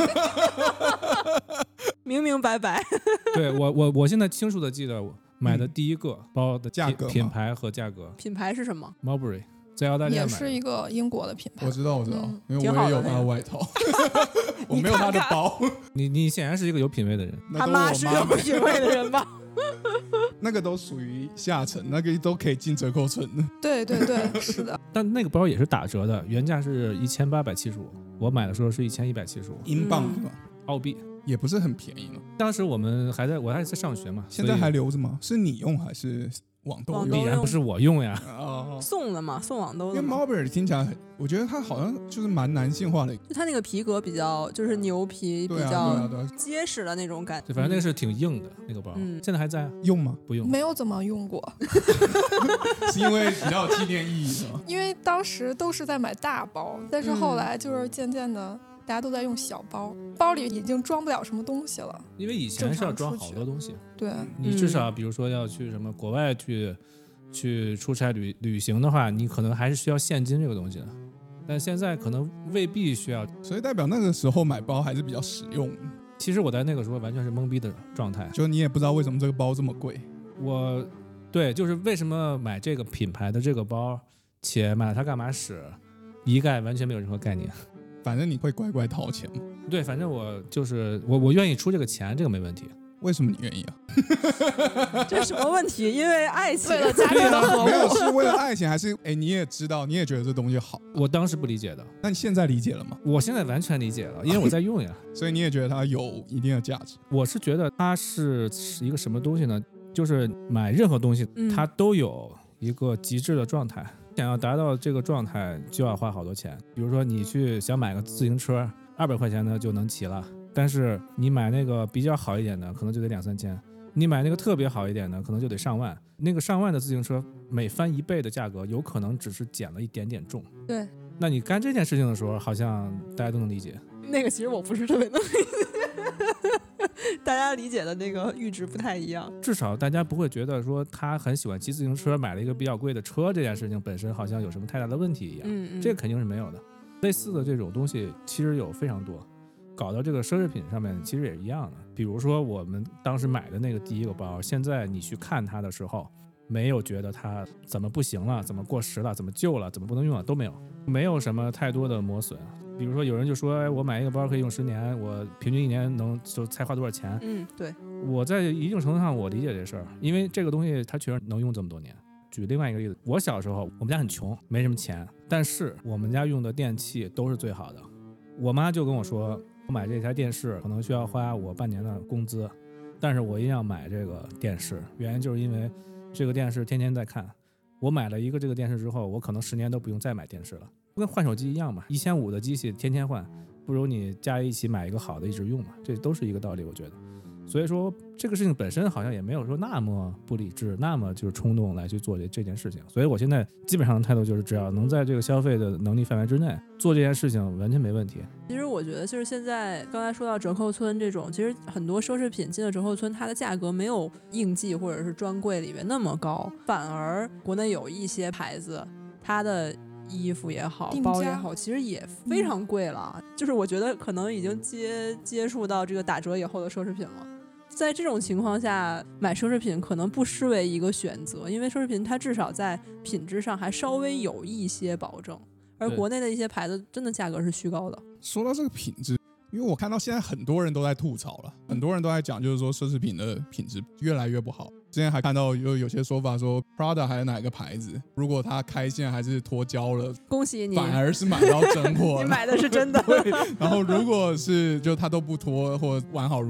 明明白白。 对我我我现在清楚的记得我买的第一个包的价格品牌和价格。 品牌是什么 ？Mulberry， 在澳大利亚买的， 也是一个英国的品牌。 我知道我知道， 嗯、 因为我也有他的外套。我没有他的包。 你你显然是一个有品味的人。 他妈是有品味的人吧？ 那个都属于下层，那个都可以进折扣存的。 对对对，是的。 但那个包也是打折的，原价是一千八百七十五，我买的时候是一千一百七十五英镑是吧？ 澳币。 也不是很便宜了。 当时我们还在，我还在上学嘛。 现在还留着吗？是你用还是网兜用？ 必然不是我用呀。 哦， 送的嘛，送网兜的。 因为 Mulberry 听起来很，我觉得它好像就是蛮男性化的。 就它那个皮革比较，就是牛皮比较结实的那种感觉。 对，反正那个是挺硬的那个包。嗯，现在还在用吗？ 不用， 没有怎么用过。 是因为比较有纪念意义是吗？ 因为当时都是在买大包，但是后来就是渐渐的。大家都在用小包，包里已经装不了什么东西了。 因为以前是要装好多东西， 对， 你至少比如说要去什么国外去去出差旅旅行的话，你可能还是需要现金这个东西的。但现在可能未必需要， 所以代表那个时候买包还是比较实用。 其实我在那个时候完全是懵逼的状态， 就你也不知道为什么这个包这么贵。 我对，就是为什么买这个品牌的这个包，且买了它干嘛使，一概完全没有任何概念。 反正你会乖乖掏钱吗？ 对，反正我就是我，我愿意出这个钱，这个没问题。 为什么你愿意啊？ 这什么问题？因为爱情， 为了家庭的和睦。 没有，是为了爱情，还是哎你也知道，你也觉得这东西好？ 我当时不理解的， 那你现在理解了吗？ 我现在完全理解了，因为我在用呀。 所以你也觉得它有一定的价值？ 我是觉得它是一个什么东西呢？就是买任何东西，它都有一个极致的状态。想要达到这个状态，就要花好多钱。比如说，你去想买个自行车，二百块钱呢就能骑了。但是你买那个比较好一点的，可能就得两三千；你买那个特别好一点的，可能就得上万。那个上万的自行车，每翻一倍的价格，有可能只是减了一点点重。 对。 那你干这件事情的时候，好像大家都能理解。 那个其实我不是特别能理解，大家理解的那个阈值不太一样。 至少大家不会觉得说他很喜欢骑自行车，买了一个比较贵的车，这件事情本身好像有什么太大的问题一样。 嗯嗯， 这个肯定是没有的。类似的这种东西其实有非常多，搞到这个奢侈品上面其实也是一样的。比如说我们当时买的那个第一个包，现在你去看它的时候，没有觉得它怎么不行了，怎么过时了，怎么旧了，怎么不能用了，都没有，没有什么太多的磨损。比如说有人就说，哎，我买一个包可以用十年，我平均一年能就才花多少钱？ 嗯，对。 我在一定程度上我理解这事儿，因为这个东西它确实能用这么多年。举另外一个例子，我小时候我们家很穷，没什么钱，但是我们家用的电器都是最好的。我妈就跟我说，我买这台电视可能需要花我半年的工资，但是我一定要买这个电视，原因就是因为这个电视天天在看。我买了一个这个电视之后，我可能十年都不用再买电视了。跟换手机一样嘛，一千五的机器天天换，不如你加一起买一个好的一直用嘛，这都是一个道理，我觉得。所以说这个事情本身好像也没有说那么不理智，那么就是冲动来去做这这件事情。所以我现在基本上的态度就是，只要能在这个消费的能力范围之内做这件事情，完全没问题。 其实我觉得就是现在刚才说到折扣村这种，其实很多奢侈品进了折扣村，它的价格没有应季或者是专柜里面那么高，反而国内有一些牌子，它的衣服也好，包也好，其实也非常贵了。嗯、就是我觉得可能已经接接触到这个打折以后的奢侈品了。在这种情况下，买奢侈品可能不失为一个选择，因为奢侈品它至少在品质上还稍微有一些保证，而国内的一些牌子真的价格是虚高的。 说到这个品质，因为我看到现在很多人都在吐槽了，很多人都在讲，就是说奢侈品的品质越来越不好。之前还看到有有些说法说 Prada 还是哪个牌子，如果它开线还是脱胶了， 恭喜你， 反而是买到真货。 你买的是真的。 对，然后如果是就它都不脱或完好如初，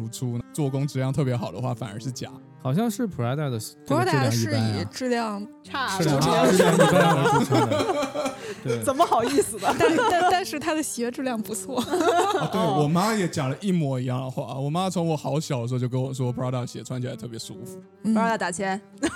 做工质量特别好的话，反而是假。 好像是 Prada 的这个质 Prada 是量一般、啊、 以质量差质量质量一般而著称的。对， 怎么好意思的？ 但但但是它的鞋质量不错。 啊、对我妈也讲了一模一样的话。我妈从我好小的时候就跟我说 ，Prada 鞋穿起来特别舒服。 嗯、 Prada 打钱。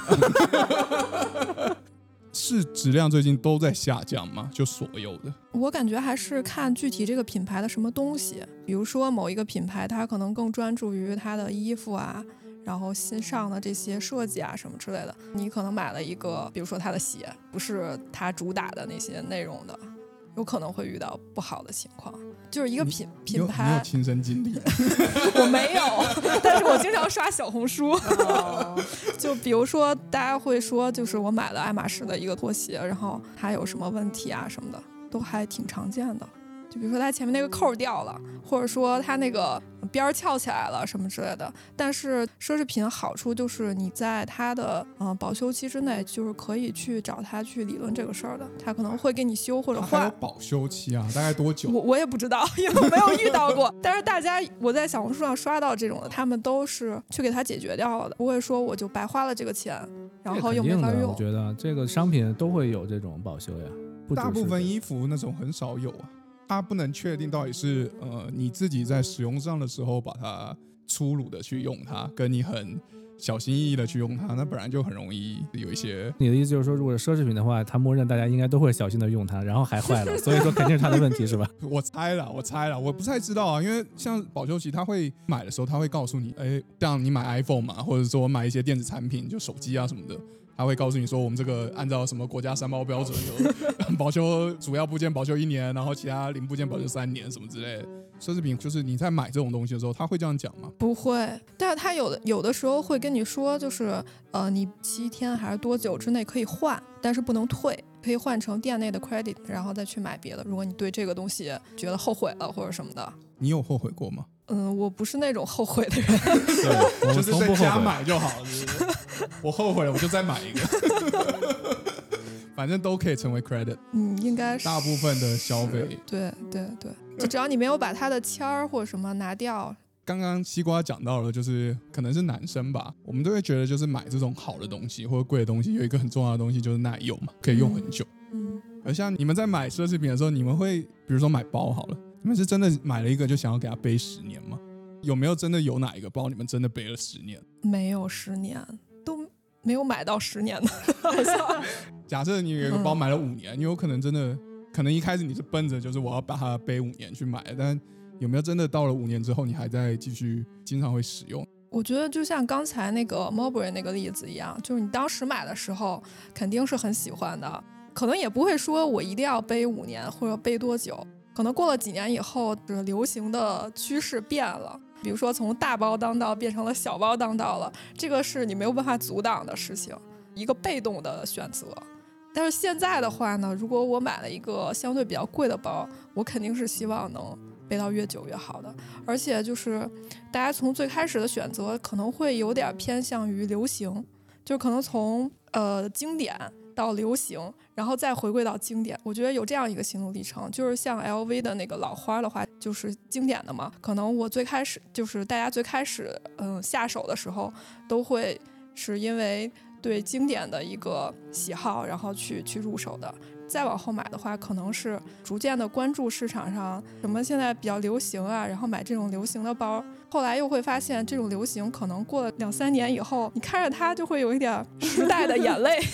是质量最近都在下降吗？就所有的？ 我感觉还是看具体这个品牌的什么东西。比如说某一个品牌，它可能更专注于它的衣服啊，然后新上的这些设计啊什么之类的。你可能买了一个，比如说它的鞋，不是它主打的那些内容的，有可能会遇到不好的情况。就是一个品品牌， 你有亲身经历？ 我没有，但是我经常刷小红书。就比如说，大家会说，就是我买了爱马仕的一个拖鞋，然后它有什么问题啊什么的，都还挺常见的。就比如说它前面那个扣掉了，或者说它那个边翘起来了什么之类的。但是奢侈品好处就是你在它的呃保修期之内，就是可以去找它去理论这个事儿的，它可能会给你修或者换。 还有保修期啊？大概多久？ 我我也不知道，因为我没有遇到过。但是大家我在小红书上刷到这种的，他们都是去给它解决掉了的，不会说我就白花了这个钱，然后又没法用。 我觉得这个商品都会有这种保修呀，不大部分衣服那种很少有啊。它不能确定到底是呃你自己在使用上的时候把它粗鲁的去用它，跟你很小心翼翼的去用它，那本来就很容易有一些。 你的意思就是说，如果是奢侈品的话，它默认大家应该都会小心的用它，然后还坏了，所以说肯定是它的问题，是吧？ 我猜了，我猜了，我不太知道啊，因为像保修期，他会买的时候，他会告诉你，哎，像你买 iPhone 嘛，或者说我买一些电子产品，就手机啊什么的。他会告诉你说，我们这个按照什么国家三包标准，有保修主要部件保修一年，然后其他零部件保修三年什么之类的。奢侈品就是你在买这种东西的时候，他会这样讲吗？ 不会，但是他有的有的时候会跟你说，就是呃，你七天还是多久之内可以换，但是不能退，可以换成店内的 credit， 然后再去买别的。如果你对这个东西觉得后悔了或者什么的， 你有后悔过吗？ 嗯，我不是那种后悔的人， 对，我就是在家买就好了。是不是我后悔了，我就再买一个，反正都可以成为 credit。 嗯，应该是大部分的消费， 对对对，就只要你没有把它的签儿或者什么拿掉。 刚刚西瓜讲到了，就是可能是男生吧，我们都会觉得就是买这种好的东西或者贵的东西，有一个很重要的东西就是耐用嘛，可以用很久。 嗯， 而像你们在买奢侈品的时候，你们会比如说买包好了，你们是真的买了一个就想要给它背十年吗？有没有真的有哪一个包你们真的背了十年？ 没有十年，都没有买到十年的，好像。 假设你有一个包买了五年，嗯、你有可能真的，可能一开始你是奔着就是我要把它背五年去买，但有没有真的到了五年之后，你还在继续经常会使用？ 我觉得就像刚才那个 Mulberry 那个例子一样，就是你当时买的时候肯定是很喜欢的，可能也不会说我一定要背五年或者背多久，可能过了几年以后，流行的趋势变了。比如说从大包当道变成了小包当道了，这个是你没有办法阻挡的事情，一个被动的选择。但是现在的话呢，如果我买了一个相对比较贵的包，我肯定是希望能背到越久越好的。而且就是大家从最开始的选择可能会有点偏向于流行，就可能从呃经典到流行，然后再回归到经典。我觉得有这样一个心路历程，就是像 L V 的那个老花的话，就是经典的嘛。可能我最开始就是大家最开始嗯下手的时候，都会是因为对经典的一个喜好，然后去去入手的。再往后买的话，可能是逐渐的关注市场上什么现在比较流行啊，然后买这种流行的包。后来又会发现这种流行可能过了两三年以后，你看着它就会有一点时代的眼泪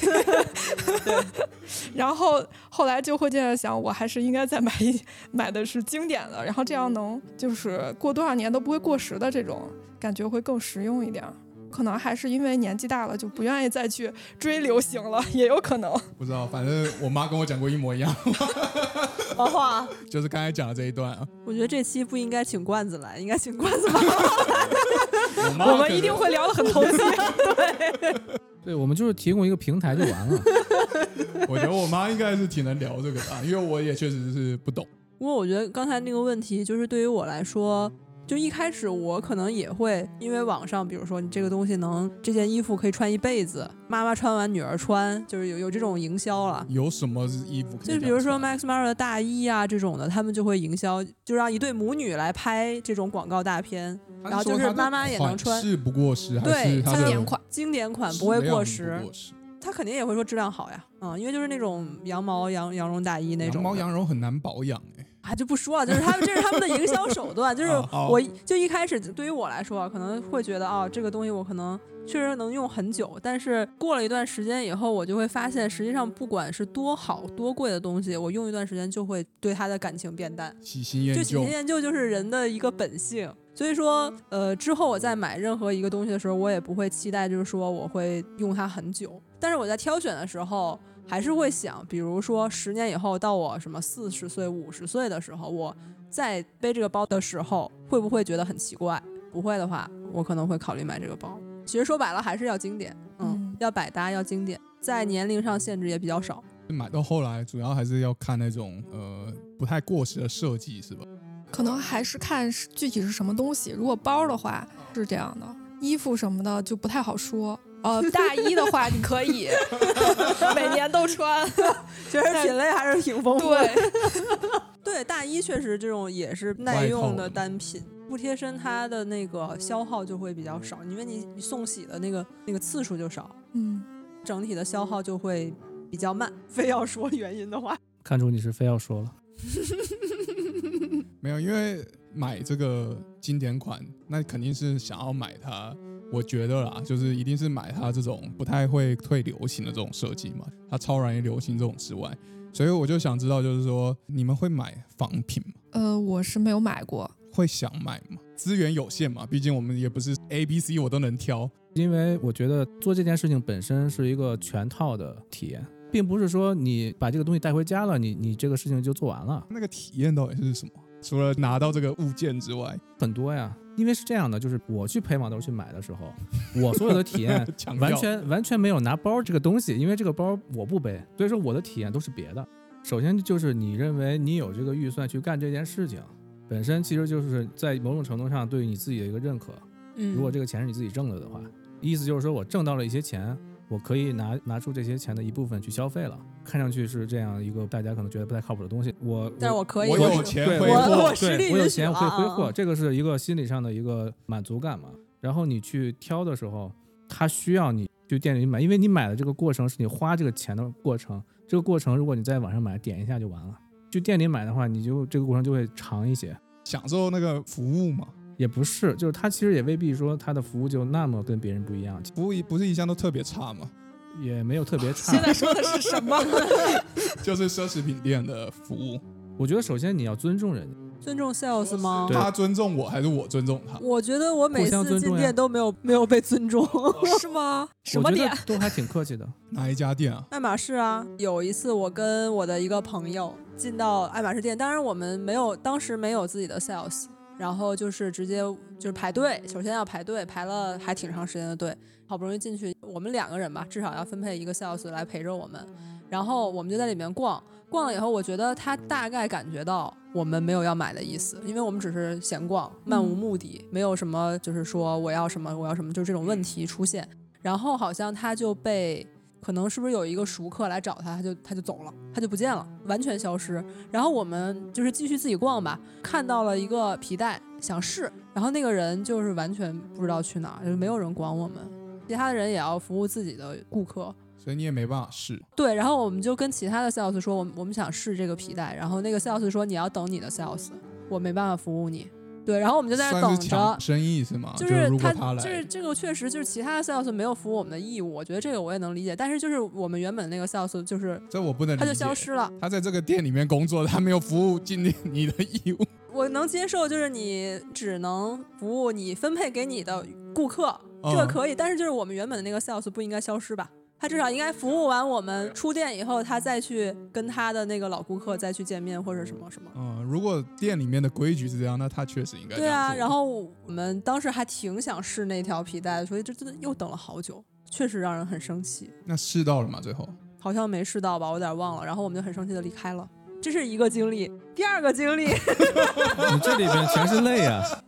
然后后来就会这样想，我还是应该再买一买的是经典的，然后这样能就是过多少年都不会过时的，这种感觉会更实用一点。可能还是因为年纪大了就不愿意再去追流行了，也有可能。 不知道，反正我妈跟我讲过一模一样的话， 就是刚才讲的这一段啊。 我觉得这期不应该请罐子来，应该请罐子妈妈来我, 我们一定会聊得很投机。对， 对，我们就是提供一个平台就完了。 我觉得我妈应该是挺能聊这个的，因为我也确实是不懂。 不过我觉得刚才那个问题，就是对于我来说。 就一开始我可能也会因为网上比如说你这个东西能这件衣服可以穿一辈子，妈妈穿完女儿穿，就是有有这种营销了。 有什么衣服可以就是比如说 Max Mara 的大衣啊这种的，他们就会营销，就让一对母女来拍这种广告大片，然后就是妈妈也能穿， 是不过时， 对， 还是它的经典款， 经典款不会过时。 不过时他肯定也会说质量好呀，嗯，因为就是那种羊毛羊羊绒大衣那种， 羊毛羊绒很难保养哎。 啊，就不说了，就是他们这是他们的营销手段，就是我就一开始对于我来说可能会觉得啊、哦，这个东西我可能确实能用很久，但是过了一段时间以后，我就会发现实际上不管是多好多贵的东西，我用一段时间就会对它的感情变淡。 喜新厌旧， 就喜新厌旧就是人的一个本性，所以说呃之后我在买任何一个东西的时候，我也不会期待就是说我会用它很久，但是我在挑选的时候还是会想，比如说十年以后到我什么四十岁五十岁的时候，我在背这个包的时候会不会觉得很奇怪？不会的话我可能会考虑买这个包。其实说白了还是要经典， 嗯, 嗯要百搭要经典，在年龄上限制也比较少。 买到后来主要还是要看那种呃不太过时的设计是吧？ 可能还是看具体是什么东西，如果包的话是这样的，衣服什么的就不太好说。呃，大衣的话你可以每年都穿， 其实品类还是挺丰富的。 对对，大衣确实这种也是耐用的单品，不贴身它的那个消耗就会比较少，因为你你送洗的那个那个次数就少， 嗯， 整体的消耗就会比较慢。非要说原因的话， 看出你是非要说了。 没有，因为买这个经典款，那肯定是想要买它。我觉得啦，就是一定是买它这种不太会退流行的这种设计嘛，它超容易流行这种之外，所以我就想知道，就是说你们会买仿品吗？ 呃，我是没有买过。 会想买吗？资源有限嘛，毕竟我们也不是 A、B、C 我都能挑。 因为我觉得做这件事情本身是一个全套的体验，并不是说你把这个东西带回家了，你你这个事情就做完了。 那个体验到底是什么？除了拿到这个物件之外， 很多呀。因为是这样的，就是我去陪网兜去买的时候，我所有的体验完全完全没有拿包这个东西，因为这个包我不背，所以说我的体验都是别的。首先就是你认为你有这个预算去干这件事情，本身其实就是在某种程度上对于你自己的一个认可。 嗯， 如果这个钱是你自己挣的的话，意思就是说我挣到了一些钱，我可以拿拿出这些钱的一部分去消费了。看上去是这样一个大家可能觉得不太靠谱的东西，我但是我可以， 我有钱挥霍， 我我实力对，我有钱我可以挥霍， 啊、 这个是一个心理上的一个满足感嘛。然后你去挑的时候，它需要你去店里买，因为你买的这个过程是你花这个钱的过程，这个过程如果你在网上买点一下就完了，去店里买的话，你就这个过程就会长一些。 享受那个服务嘛？ 也不是，就是它其实也未必说它的服务就那么跟别人不一样， 服务不是一向都特别差吗？ 也没有特别差。 现在说的是什么？ 就是奢侈品店的服务。 我觉得首先你要尊重人家， 尊重 sales 吗？ 他尊重我还是我尊重他？ 我觉得我每次进店都没有没有被尊重。 是吗？什么店？都还挺客气的。 哪一家店啊？ 爱马仕啊。有一次我跟我的一个朋友进到爱马仕店，当然我们没有，当时没有自己的 sales， 然后就是直接就是排队，首先要排队，排了还挺长时间的队，好不容易进去，我们两个人吧，至少要分配一个 sales 来陪着我们，然后我们就在里面逛。逛了以后，我觉得他大概感觉到我们没有要买的意思，因为我们只是闲逛，漫无目的，没有什么就是说我要什么我要什么，就这种问题出现。然后好像他就被可能是不是有一个熟客来找他，他就他就走了，他就不见了，完全消失。然后我们就是继续自己逛吧，看到了一个皮带想试，然后那个人就是完全不知道去哪，就是没有人管我们，其他的人也要服务自己的顾客。 所以你也没办法试。 对，然后我们就跟其他的 sales 说，我们我们想试这个皮带，然后那个 sales 说你要等你的 sales， 我没办法服务你。对，然后我们就在那等着。 生意是吗？ 就是如果他来， 就是这个确实就是其他的 sales 没有服务我们的义务，我觉得这个我也能理解。但是就是我们原本那个 sales 就是这我不能理解， 他就消失了。 他在这个店里面工作，他没有服务尽你的义务。 我能接受，就是你只能服务你分配给你的顾客，这个可以。嗯、但是就是我们原本的那个 sales 不应该消失吧？他至少应该服务完我们出店以后，他再去跟他的那个老顾客再去见面或者什么什么。 嗯，如果店里面的规矩是这样，那他确实应该这样做。 对啊，然后我们当时还挺想试那条皮带的，所以这真的又等了好久，确实让人很生气。 那试到了吗？最后好像没试到吧，我有点忘了。然后我们就很生气的离开了。这是一个经历，第二个经历， 你这里边全是泪啊！ 第二个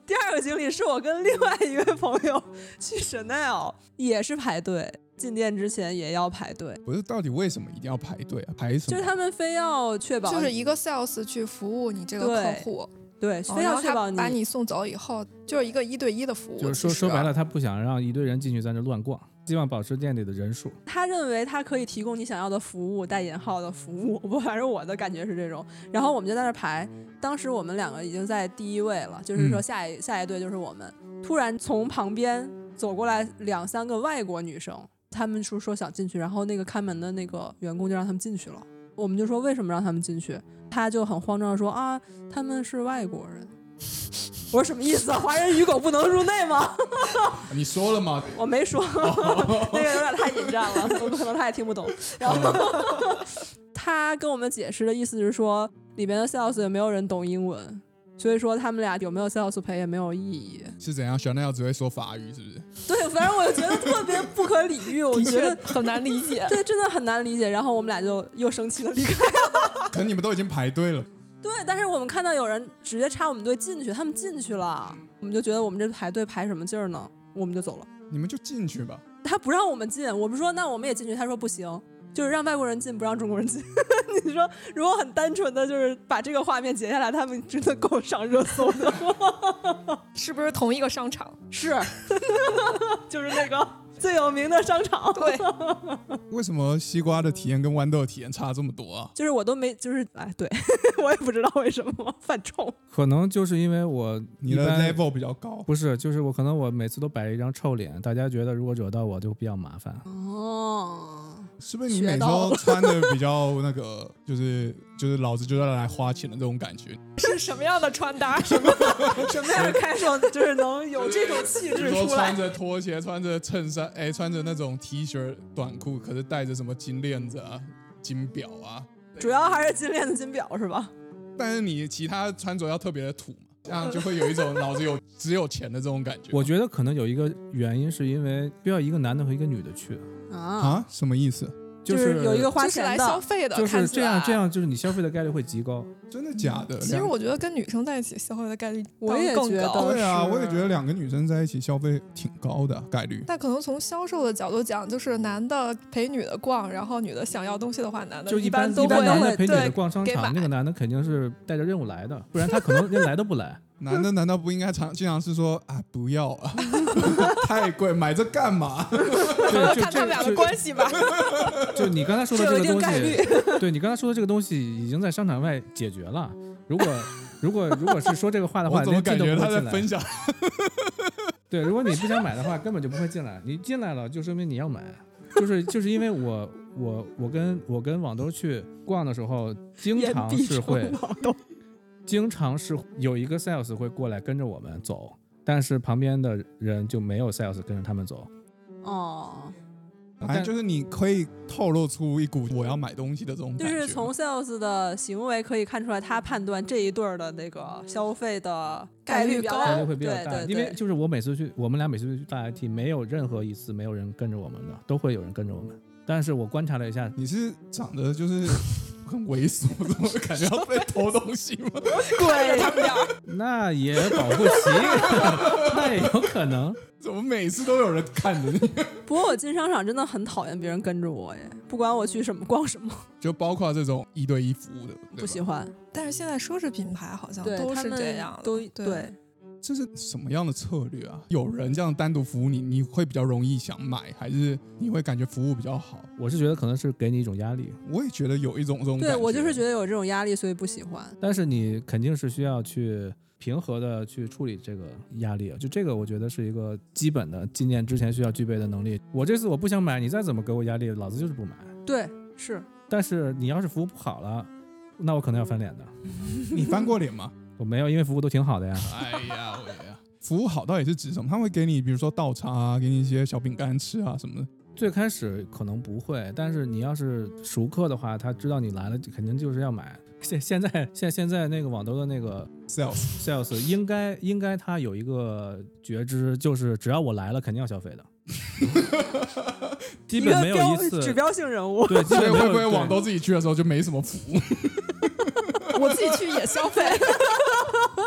经历是我跟另外一位朋友去 Chanel 也是排队，进店之前也要排队。 不是，到底为什么一定要排队啊？排什么？ 就是他们非要确保， 就是一个 sales 去服务你这个客户， 对， 哦、 非要确保你把你送走以后，就是一个一对一的服务。 就是说说白了，他不想让一堆人进去在那乱逛，希望保持店里的人数。 他认为他可以提供你想要的服务，带引号的服务，不，反正我的感觉是这种。然后我们就在那排，当时我们两个已经在第一位了，就是说下一、嗯、下一队就是我们。突然从旁边走过来两三个外国女生，他们说说想进去，然后那个看门的那个员工就让他们进去了。我们就说为什么让他们进去，他就很慌张的说啊，他们是外国人。我说什么意思啊？华人与狗不能入内吗？ 你说了吗？ 我没说，那个有点太引战了，可能他也听不懂。然后他跟我们解释的意思是说，里边的 sales 也没有人懂英文，所以说他们俩有没有 sales 陪也没有意义。 是怎样？Chanel只会说法语是不是？ 对，反正我觉得特别不可理喻，我觉得很难理解。 对，真的很难理解。然后我们俩就又生气的离开。 可能你们都已经排队了。 对，但是我们看到有人直接插我们队进去，他们进去了，我们就觉得我们这排队排什么劲儿呢？我们就走了。 你们就进去吧。 他不让我们进，我们说那我们也进去，他说不行，就是让外国人进，不让中国人进。你说如果很单纯的就是把这个画面截下来，他们真的够上热搜的。 是不是同一个商场？ 是，就是那个最有名的商场。 对。 为什么西瓜的体验跟豌豆的体验差这么多啊？ 就是我都没，就是哎，对我也不知道为什么犯冲。 可能就是因为我你的 level 比较高。 不是，就是我可能我每次都摆一张臭脸，大家觉得如果惹到我就比较麻烦。 哦， 是不是你每次都穿的比较那个，就是就是老子就要来花钱的这种感觉？ 是什么样的穿搭？ 什么什么样的开手就是能有这种气质出来？ 穿着拖鞋，穿着衬衫，哎，穿着那种 T 恤短裤，可是戴着什么金链子啊、金表啊， 主要还是金链子、金表是吧？ 但是你其他穿着要特别的土嘛，这样就会有一种老子有只有钱的这种感觉。 我觉得可能有一个原因是因为需要一个男的和一个女的去啊啊，什么意思？ 就是有一个花钱的， 就是来消费的， 就是这样，这样就是你消费的概率会极高。 真的假的？ 其实我觉得跟女生在一起消费的概率我也更高。 对啊，我也觉得两个女生在一起消费挺高的概率。 但可能从销售的角度讲，就是男的陪女的逛，然后女的想要东西的话，男的就一般都会一般男的陪女的逛商场， 那个男的肯定是带着任务来的，不然他可能连来都不来。 男的难道不应该常经常是说啊不要啊，太贵，买这干嘛？ 对， 看他们俩的关系吧。 就你刚才说的这个东西，对你刚才说的这个东西已经在商场外解决了。如果如果如果是说这个话的话， 我怎么感觉他在分享？ 对，如果你不想买的话，根本就不会进来。你进来了，就说明你要买。就是就是因为我我我跟我跟网兜去逛的时候，经常是会。经常是有一个 sales 会过来跟着我们走，但是旁边的人就没有 sales 跟着他们走。 哦， 反正就是你可以透露出一股我要买东西的这种感觉。 就是从 sales 的行为可以看出来，他判断这一对儿的那个消费的概率高， 概率会比较大。 对对对， 因为就是我每次去，我们俩每次去大 I T， 没有任何一次没有人跟着我们的，都会有人跟着我们。但是我观察了一下， 你是长得就是很猥琐，怎么感觉要被偷东西吗？ 对他们俩， 那也保不齐，那也有可能。 怎么每次都有人看着你？ 不过我进商场真的很讨厌别人跟着我耶，不管我去什么逛什么， 就包括这种一对一服务的， 不喜欢。 但是现在奢侈品牌好像都是这样的， 都对。 对这是什么样的策略啊？有人这样单独服务你，你会比较容易想买，还是你会感觉服务比较好？ 我是觉得可能是给你一种压力。 我也觉得有一种这种感觉。 对，我就是觉得有这种压力，所以不喜欢。 但是你肯定是需要去平和的去处理这个压力，就这个我觉得是一个基本的进店之前需要具备的能力。我这次我不想买，你再怎么给我压力，老子就是不买。 对，是。 但是你要是服务不好了，那我可能要翻脸的。 你翻过脸吗？ 我没有，因为服务都挺好的呀。 哎呀，我呀，服务好到底是指什么？他会给你，比如说倒茶啊，给你一些小饼干吃啊什么的。 最开始可能不会，但是你要是熟客的话，他知道你来了，肯定就是要买。现现在现现在那个网兜的那个 sales sales 应该应该他有一个觉知，就是只要我来了，肯定要消费的。基本没有一次指标性人物。 对， 所以会不会网兜自己去的时候就没什么服务？ 我自己去也消费。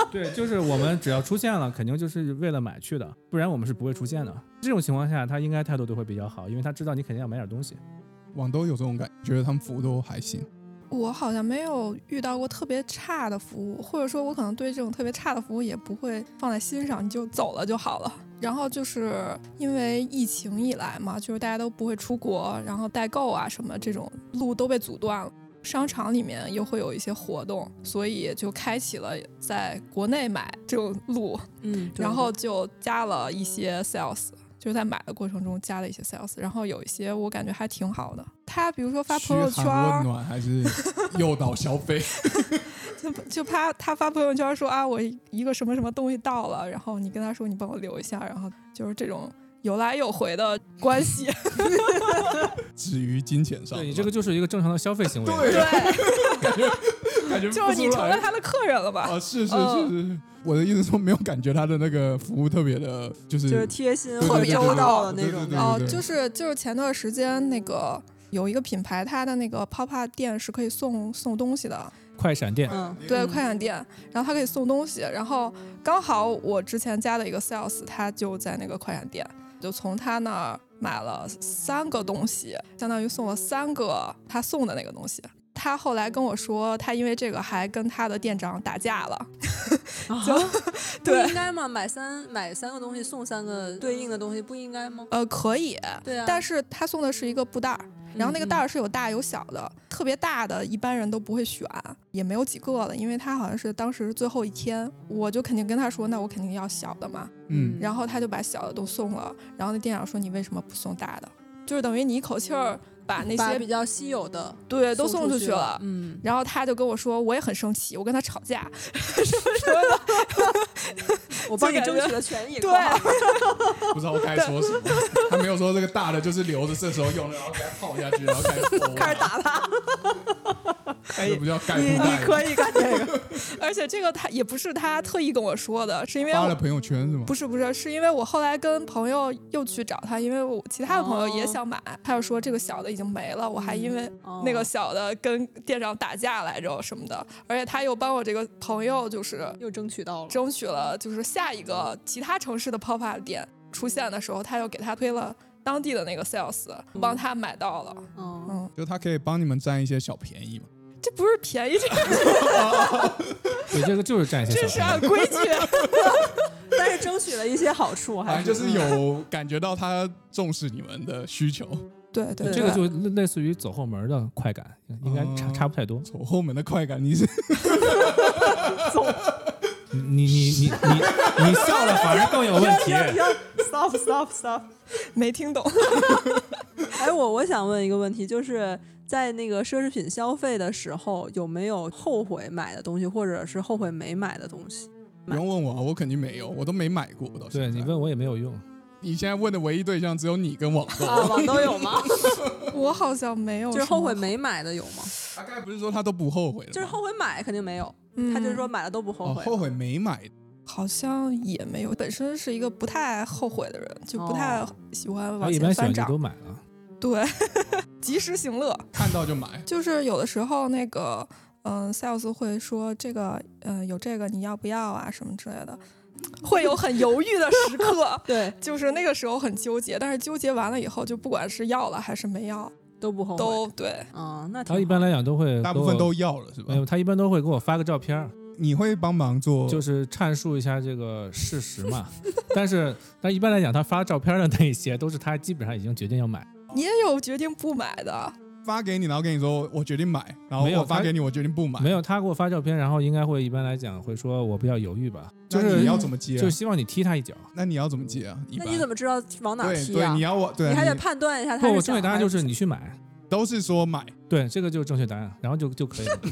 对，就是我们只要出现了，肯定就是为了买去的，不然我们是不会出现的。这种情况下，他应该态度都会比较好，因为他知道你肯定要买点东西。 网兜有这种感觉，觉得他们服务都还行。 我好像没有遇到过特别差的服务，或者说我可能对这种特别差的服务也不会放在心上，你就走了就好了。然后就是因为疫情以来嘛，就是大家都不会出国，然后代购啊什么这种路都被阻断了，商场里面又会有一些活动，所以就开启了在国内买这种路， 嗯， 然后就加了一些 sales， 就是在买的过程中加了一些 sales， 然后有一些我感觉还挺好的。他比如说发朋友圈， 嘘寒问暖还是诱导消费？ 就就怕他发朋友圈说啊，我一个什么什么东西到了，然后你跟他说你帮我留一下，然后就是这种有来有回的关系。 止于金钱上， 对，你这个就是一个正常的消费行为。 对，感觉感觉就是你成了他的客人了吧？ 啊，是是是是，嗯、我的意思说没有感觉他的那个服务特别的，就是就是贴心或者周到的那种。 哦，就是就是前段时间那个有一个品牌，它的那个 pop up 店是可以送送东西的。 快闪店， 嗯， 对，快闪店，然后它可以送东西，然后刚好我之前加的一个 sales， 他就在那个快闪店，就从他那儿买了三个东西，相当于送了三个他送的那个东西。他后来跟我说，他因为这个还跟他的店长打架了。就、 啊、 对， 不应该吗？买三买三个东西送三个对应的东西，不应该吗？ 呃，可以， 对啊， 但是他送的是一个布袋儿。然后那个袋儿是有大有小的，嗯、特别大的一般人都不会选，也没有几个了，因为他好像是当时最后一天，我就肯定跟他说，那我肯定要小的嘛， 嗯， 然后他就把小的都送了，然后那店长说你为什么不送大的？就是等于你一口气儿把那些比较稀有的对都送出去了， 了嗯， 然后他就跟我说，我也很生气，我跟他吵架，什么什么的， 我帮你争取了权益， 对， 不知道我该说什么，他没有说这个大的就是留着这时候用的，然后给他套下去，然后开始开始打他。 这不叫盖布袋，你可以干这个。 而且这个他也不是他特意跟我说的，是因为发了朋友圈是吗？ 不是不是，是因为我后来跟朋友又去找他，因为我其他的朋友也想买，哦、他就说这个小的已经没了，我还因为那个小的跟店长打架来着什么的，而且他又帮我这个朋友就是又争取到了， 争取了就是下一个其他城市的 pop up 店出现的时候，他又给他推了当地的那个 sales， 帮他买到了， 嗯， 嗯就他可以帮你们占一些小便宜嘛。 这不是便宜，这个对，这个就是占一些小便宜， 这是按规矩， 但是争取了一些好处，还是就是有感觉到他重视你们的需求。 对对， 这个就类似于走后门的快感，应该差、嗯、差不太多。 走后门的快感，你是走， 你你你你你笑了反而更有问题。 Stop stop stop， 没听懂。 哎，我我想问一个问题，就是在那个奢侈品消费的时候，有没有后悔买的东西，或者是后悔没买的东西？ 不用问我，我肯定没有，我都没买过。 对，你问我也没有用。 你现在问的唯一对象只有你跟网购啊，网购有吗？ 我好像没有， 就是后悔没买的有吗？ 大概不是说他都不后悔了， 就是后悔买肯定没有， 嗯、 他就是说买了都不后悔、 哦。后悔没买， 好像也没有。本身是一个不太后悔的人，就不太喜欢往前翻账。 他一般选择都买了。 对，及时行乐， 看到就买。 就是有的时候那个，嗯、呃、，sales 会说这个，嗯、呃，有这个你要不要啊，什么之类的。会有很犹豫的时刻， 对， 就是那个时候很纠结，但是纠结完了以后，就不管是要了还是没要， 都不后悔， 都对， 嗯，那他一般来讲都会， 大部分都要了是吧？ 没有，他一般都会给我发个照片， 你会帮忙做， 就是阐述一下这个事实嘛。但是，但一般来讲，他发照片的那一些都是他基本上已经决定要买。 你也有决定不买的。 发给你，然后跟你说我决定买，然后我发给你，我决定不买。 没有，他给我发照片，然后应该会一般来讲会说我不要犹豫吧。就是你要怎么接、啊？ 就希望你踢他一脚。 那你要怎么接啊？ 那你怎么知道往哪踢啊？ 对对，你要我对， 你还得判断一下他是。 不，正确答案就是你去买， 都是说买。 对，这个就是正确答案，然后就就可以了。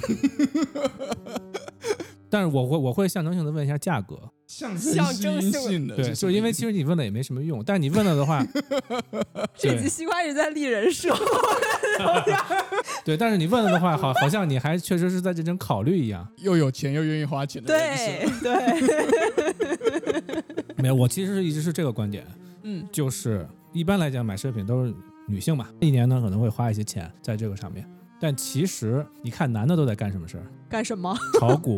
但是我会我会象征性的问一下价格， 象征性的， 对，就是因为其实你问了也没什么用，但你问了的话， 这集西瓜一直在立人设， 对，但是你问了的话，好，好像你还确实是在认真考虑一样， 又有钱又愿意花钱的人设， 对对， 没有，我其实一直是这个观点， 嗯， 就是一般来讲买奢侈品都是女性嘛，一年呢可能会花一些钱在这个上面。但其实你看男的都在干什么事儿？ 干什么？ 炒股、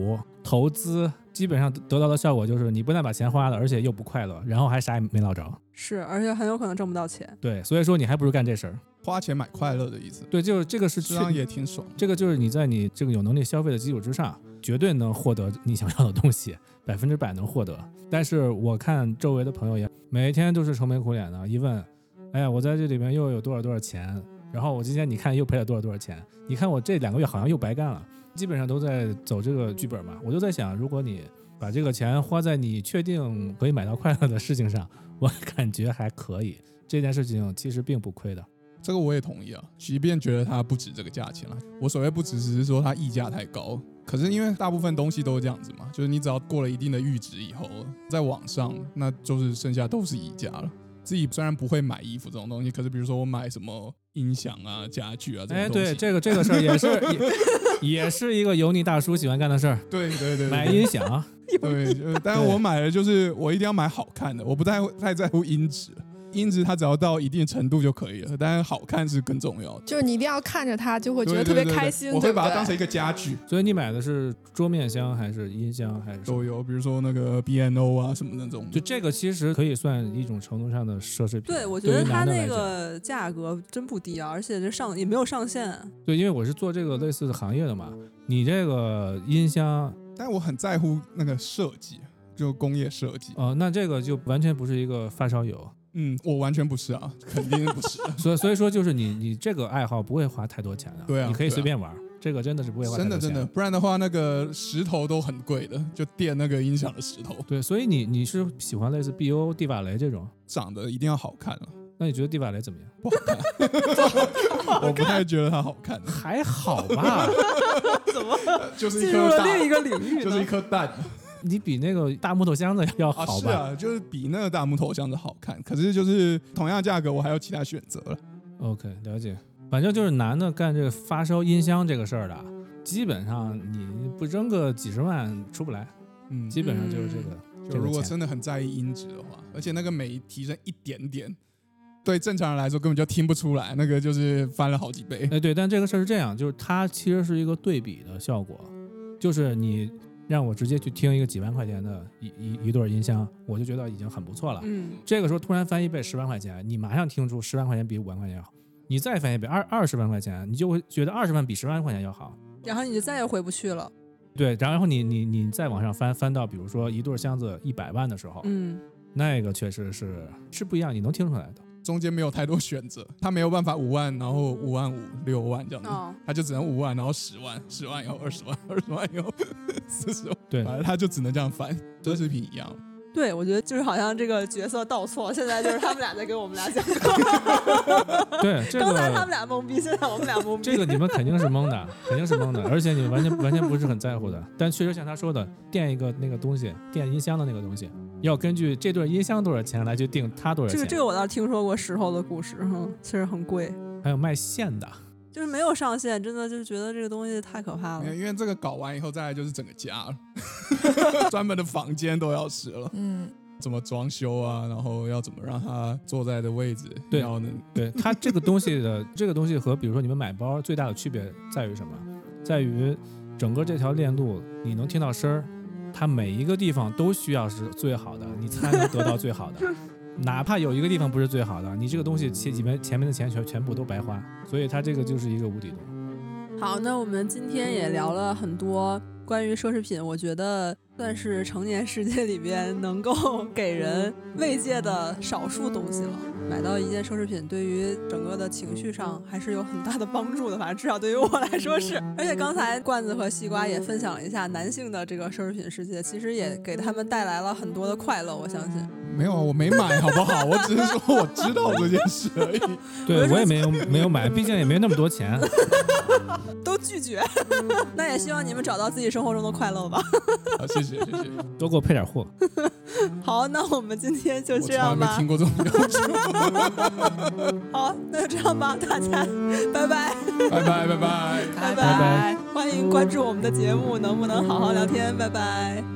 投资，基本上得到的效果就是你不但把钱花了，而且又不快乐，然后还啥也没捞着。 是，而且很有可能挣不到钱。 对，所以说你还不如干这事儿。 花钱买快乐的意思。 对，就是这个是这样也挺爽。 这个就是你在你这个有能力消费的基础之上，绝对能获得你想要的东西，百分之百能获得。但是我看周围的朋友也每一天都是愁眉苦脸的，一问，哎呀，我在这里面又有多少多少钱，然后我今天你看又赔了多少多少钱，你看我这两个月好像又白干了，基本上都在走这个剧本嘛。我就在想，如果你把这个钱花在你确定可以买到快乐的事情上，我感觉还可以，这件事情其实并不亏的。 这个我也同意啊，即便觉得它不值这个价钱了，我所谓不值只是说它溢价太高。可是因为大部分东西都是这样子嘛，就是你只要过了一定的阈值以后，在网上那就是剩下都是溢价了。自己虽然不会买衣服这种东西，可是比如说我买什么音响啊、家具啊这种东西，哎， 对，这个这个事儿也是也, 也是一个油腻大叔喜欢干的事儿。 对对 对, 对， 买音响。 对，但是我买的就是我一定要买好看的，我不太太在乎音质。音质它只要到一定程度就可以了，但是好看是更重要的。 就是你一定要看着它，就会觉得特别开心。 对对对对，我会把它当成一个家具。 所以你买的是桌面箱还是音箱还是都有？比如说那个 B and O 啊什么那种。 就这个其实可以算一种程度上的奢侈品。 对，我觉得它那个价格真不低啊，而且这上也没有上限。 对，因为我是做这个类似的行业的嘛，你这个音箱， 但我很在乎那个设计，就工业设计。 哦、呃，那这个就完全不是一个发烧友。 嗯，我完全不是啊，肯定不是。 所以所以说就是你你这个爱好不会花太多钱的， 对啊， 你可以随便玩、啊，这个真的是不会花太多钱。 真的真的，不然的话那个石头都很贵的，就垫那个音响的石头。 对，所以你你是喜欢类似 B O 蒂瓦雷这种， 长得一定要好看啊。 那你觉得蒂瓦雷怎么样？ 不好看，我不太觉得它好看。 还好吧？ 怎么就是一进入颗了另一个领域？ 就是一颗蛋。 你比那个大木头箱子要好吧？ 啊是啊，就是比那个大木头箱子好看。可是就是同样价格，我还有其他选择了。 OK， 了解。反正就是男的干这个发烧音箱这个事儿的，基本上你不扔个几十万出不来。嗯，基本上就是这个。 嗯、就如果真的很在意音质的话，而且那个每提升一点点，对正常人来说根本就听不出来，那个就是翻了好几倍。 哎，对，但这个事儿是这样，就是它其实是一个对比的效果，就是你。让我直接去听一个几万块钱的一一一对音箱，我就觉得已经很不错了。嗯，这个时候突然翻一倍十万块钱，你马上听出十万块钱比五万块钱要好。你再翻一倍二二十万块钱，你就会觉得二十万比十万块钱要好。 然后你就再也回不去了。 对，然后你你你再往上翻翻到比如说一对箱子一百万的时候，嗯，那个确实是是不一样，你能听出来的。 中间没有太多选择，他没有办法五万，然后五万五、六万这样子，哦、他就只能五万，然后十万，十万以后二十万，二十万以后四十万， 对， 反正他就只能这样翻，奢侈品一样。 对，我觉得就是好像这个角色倒错，现在就是他们俩在给我们俩讲课。 对，这个、 刚才他们俩懵逼，现在我们俩懵逼。 这个你们肯定是懵的，肯定是懵的，而且你们完全完全不是很在乎的。但确实像他说的，垫一个那个东西，垫音箱的那个东西，要根据这对音箱多少钱来去定它多少钱。 这个这个我倒听说过石头的故事，嗯，其实很贵。 还有卖线的。 就是没有上限，真的就是觉得这个东西太可怕了。 因为这个搞完以后，再来就是整个家了，专门的房间都要使了。嗯，怎么装修啊，然后要怎么让他坐在的位置， 对， 要能对它这个东西的这个东西和比如说你们买包最大的区别在于什么？在于整个这条链路你能听到声儿，它每一个地方都需要是最好的，你才能得到最好的。哪怕有一个地方不是最好的，你这个东西前面前面的钱全全部都白花，所以它这个就是一个无底洞。 好，那我们今天也聊了很多关于奢侈品，我觉得算是成年世界里边能够给人慰藉的少数东西了。买到一件奢侈品对于整个的情绪上还是有很大的帮助的，反正至少对于我来说是。而且刚才罐子和西瓜也分享了一下男性的这个奢侈品世界，其实也给他们带来了很多的快乐，我相信。 没有，我没买好不好？我只是说我知道这件事而已。 对，我也没有没有买，毕竟也没那么多钱。 都拒绝。那也希望你们找到自己生活中的快乐吧。 好，谢谢谢谢， 多给我配点货。 好，那我们今天就这样吧。 我从来没听过这种要求。 好，那就这样吧，大家拜拜。 拜拜拜拜拜拜，欢迎关注我们的节目，能不能好好聊天？拜拜。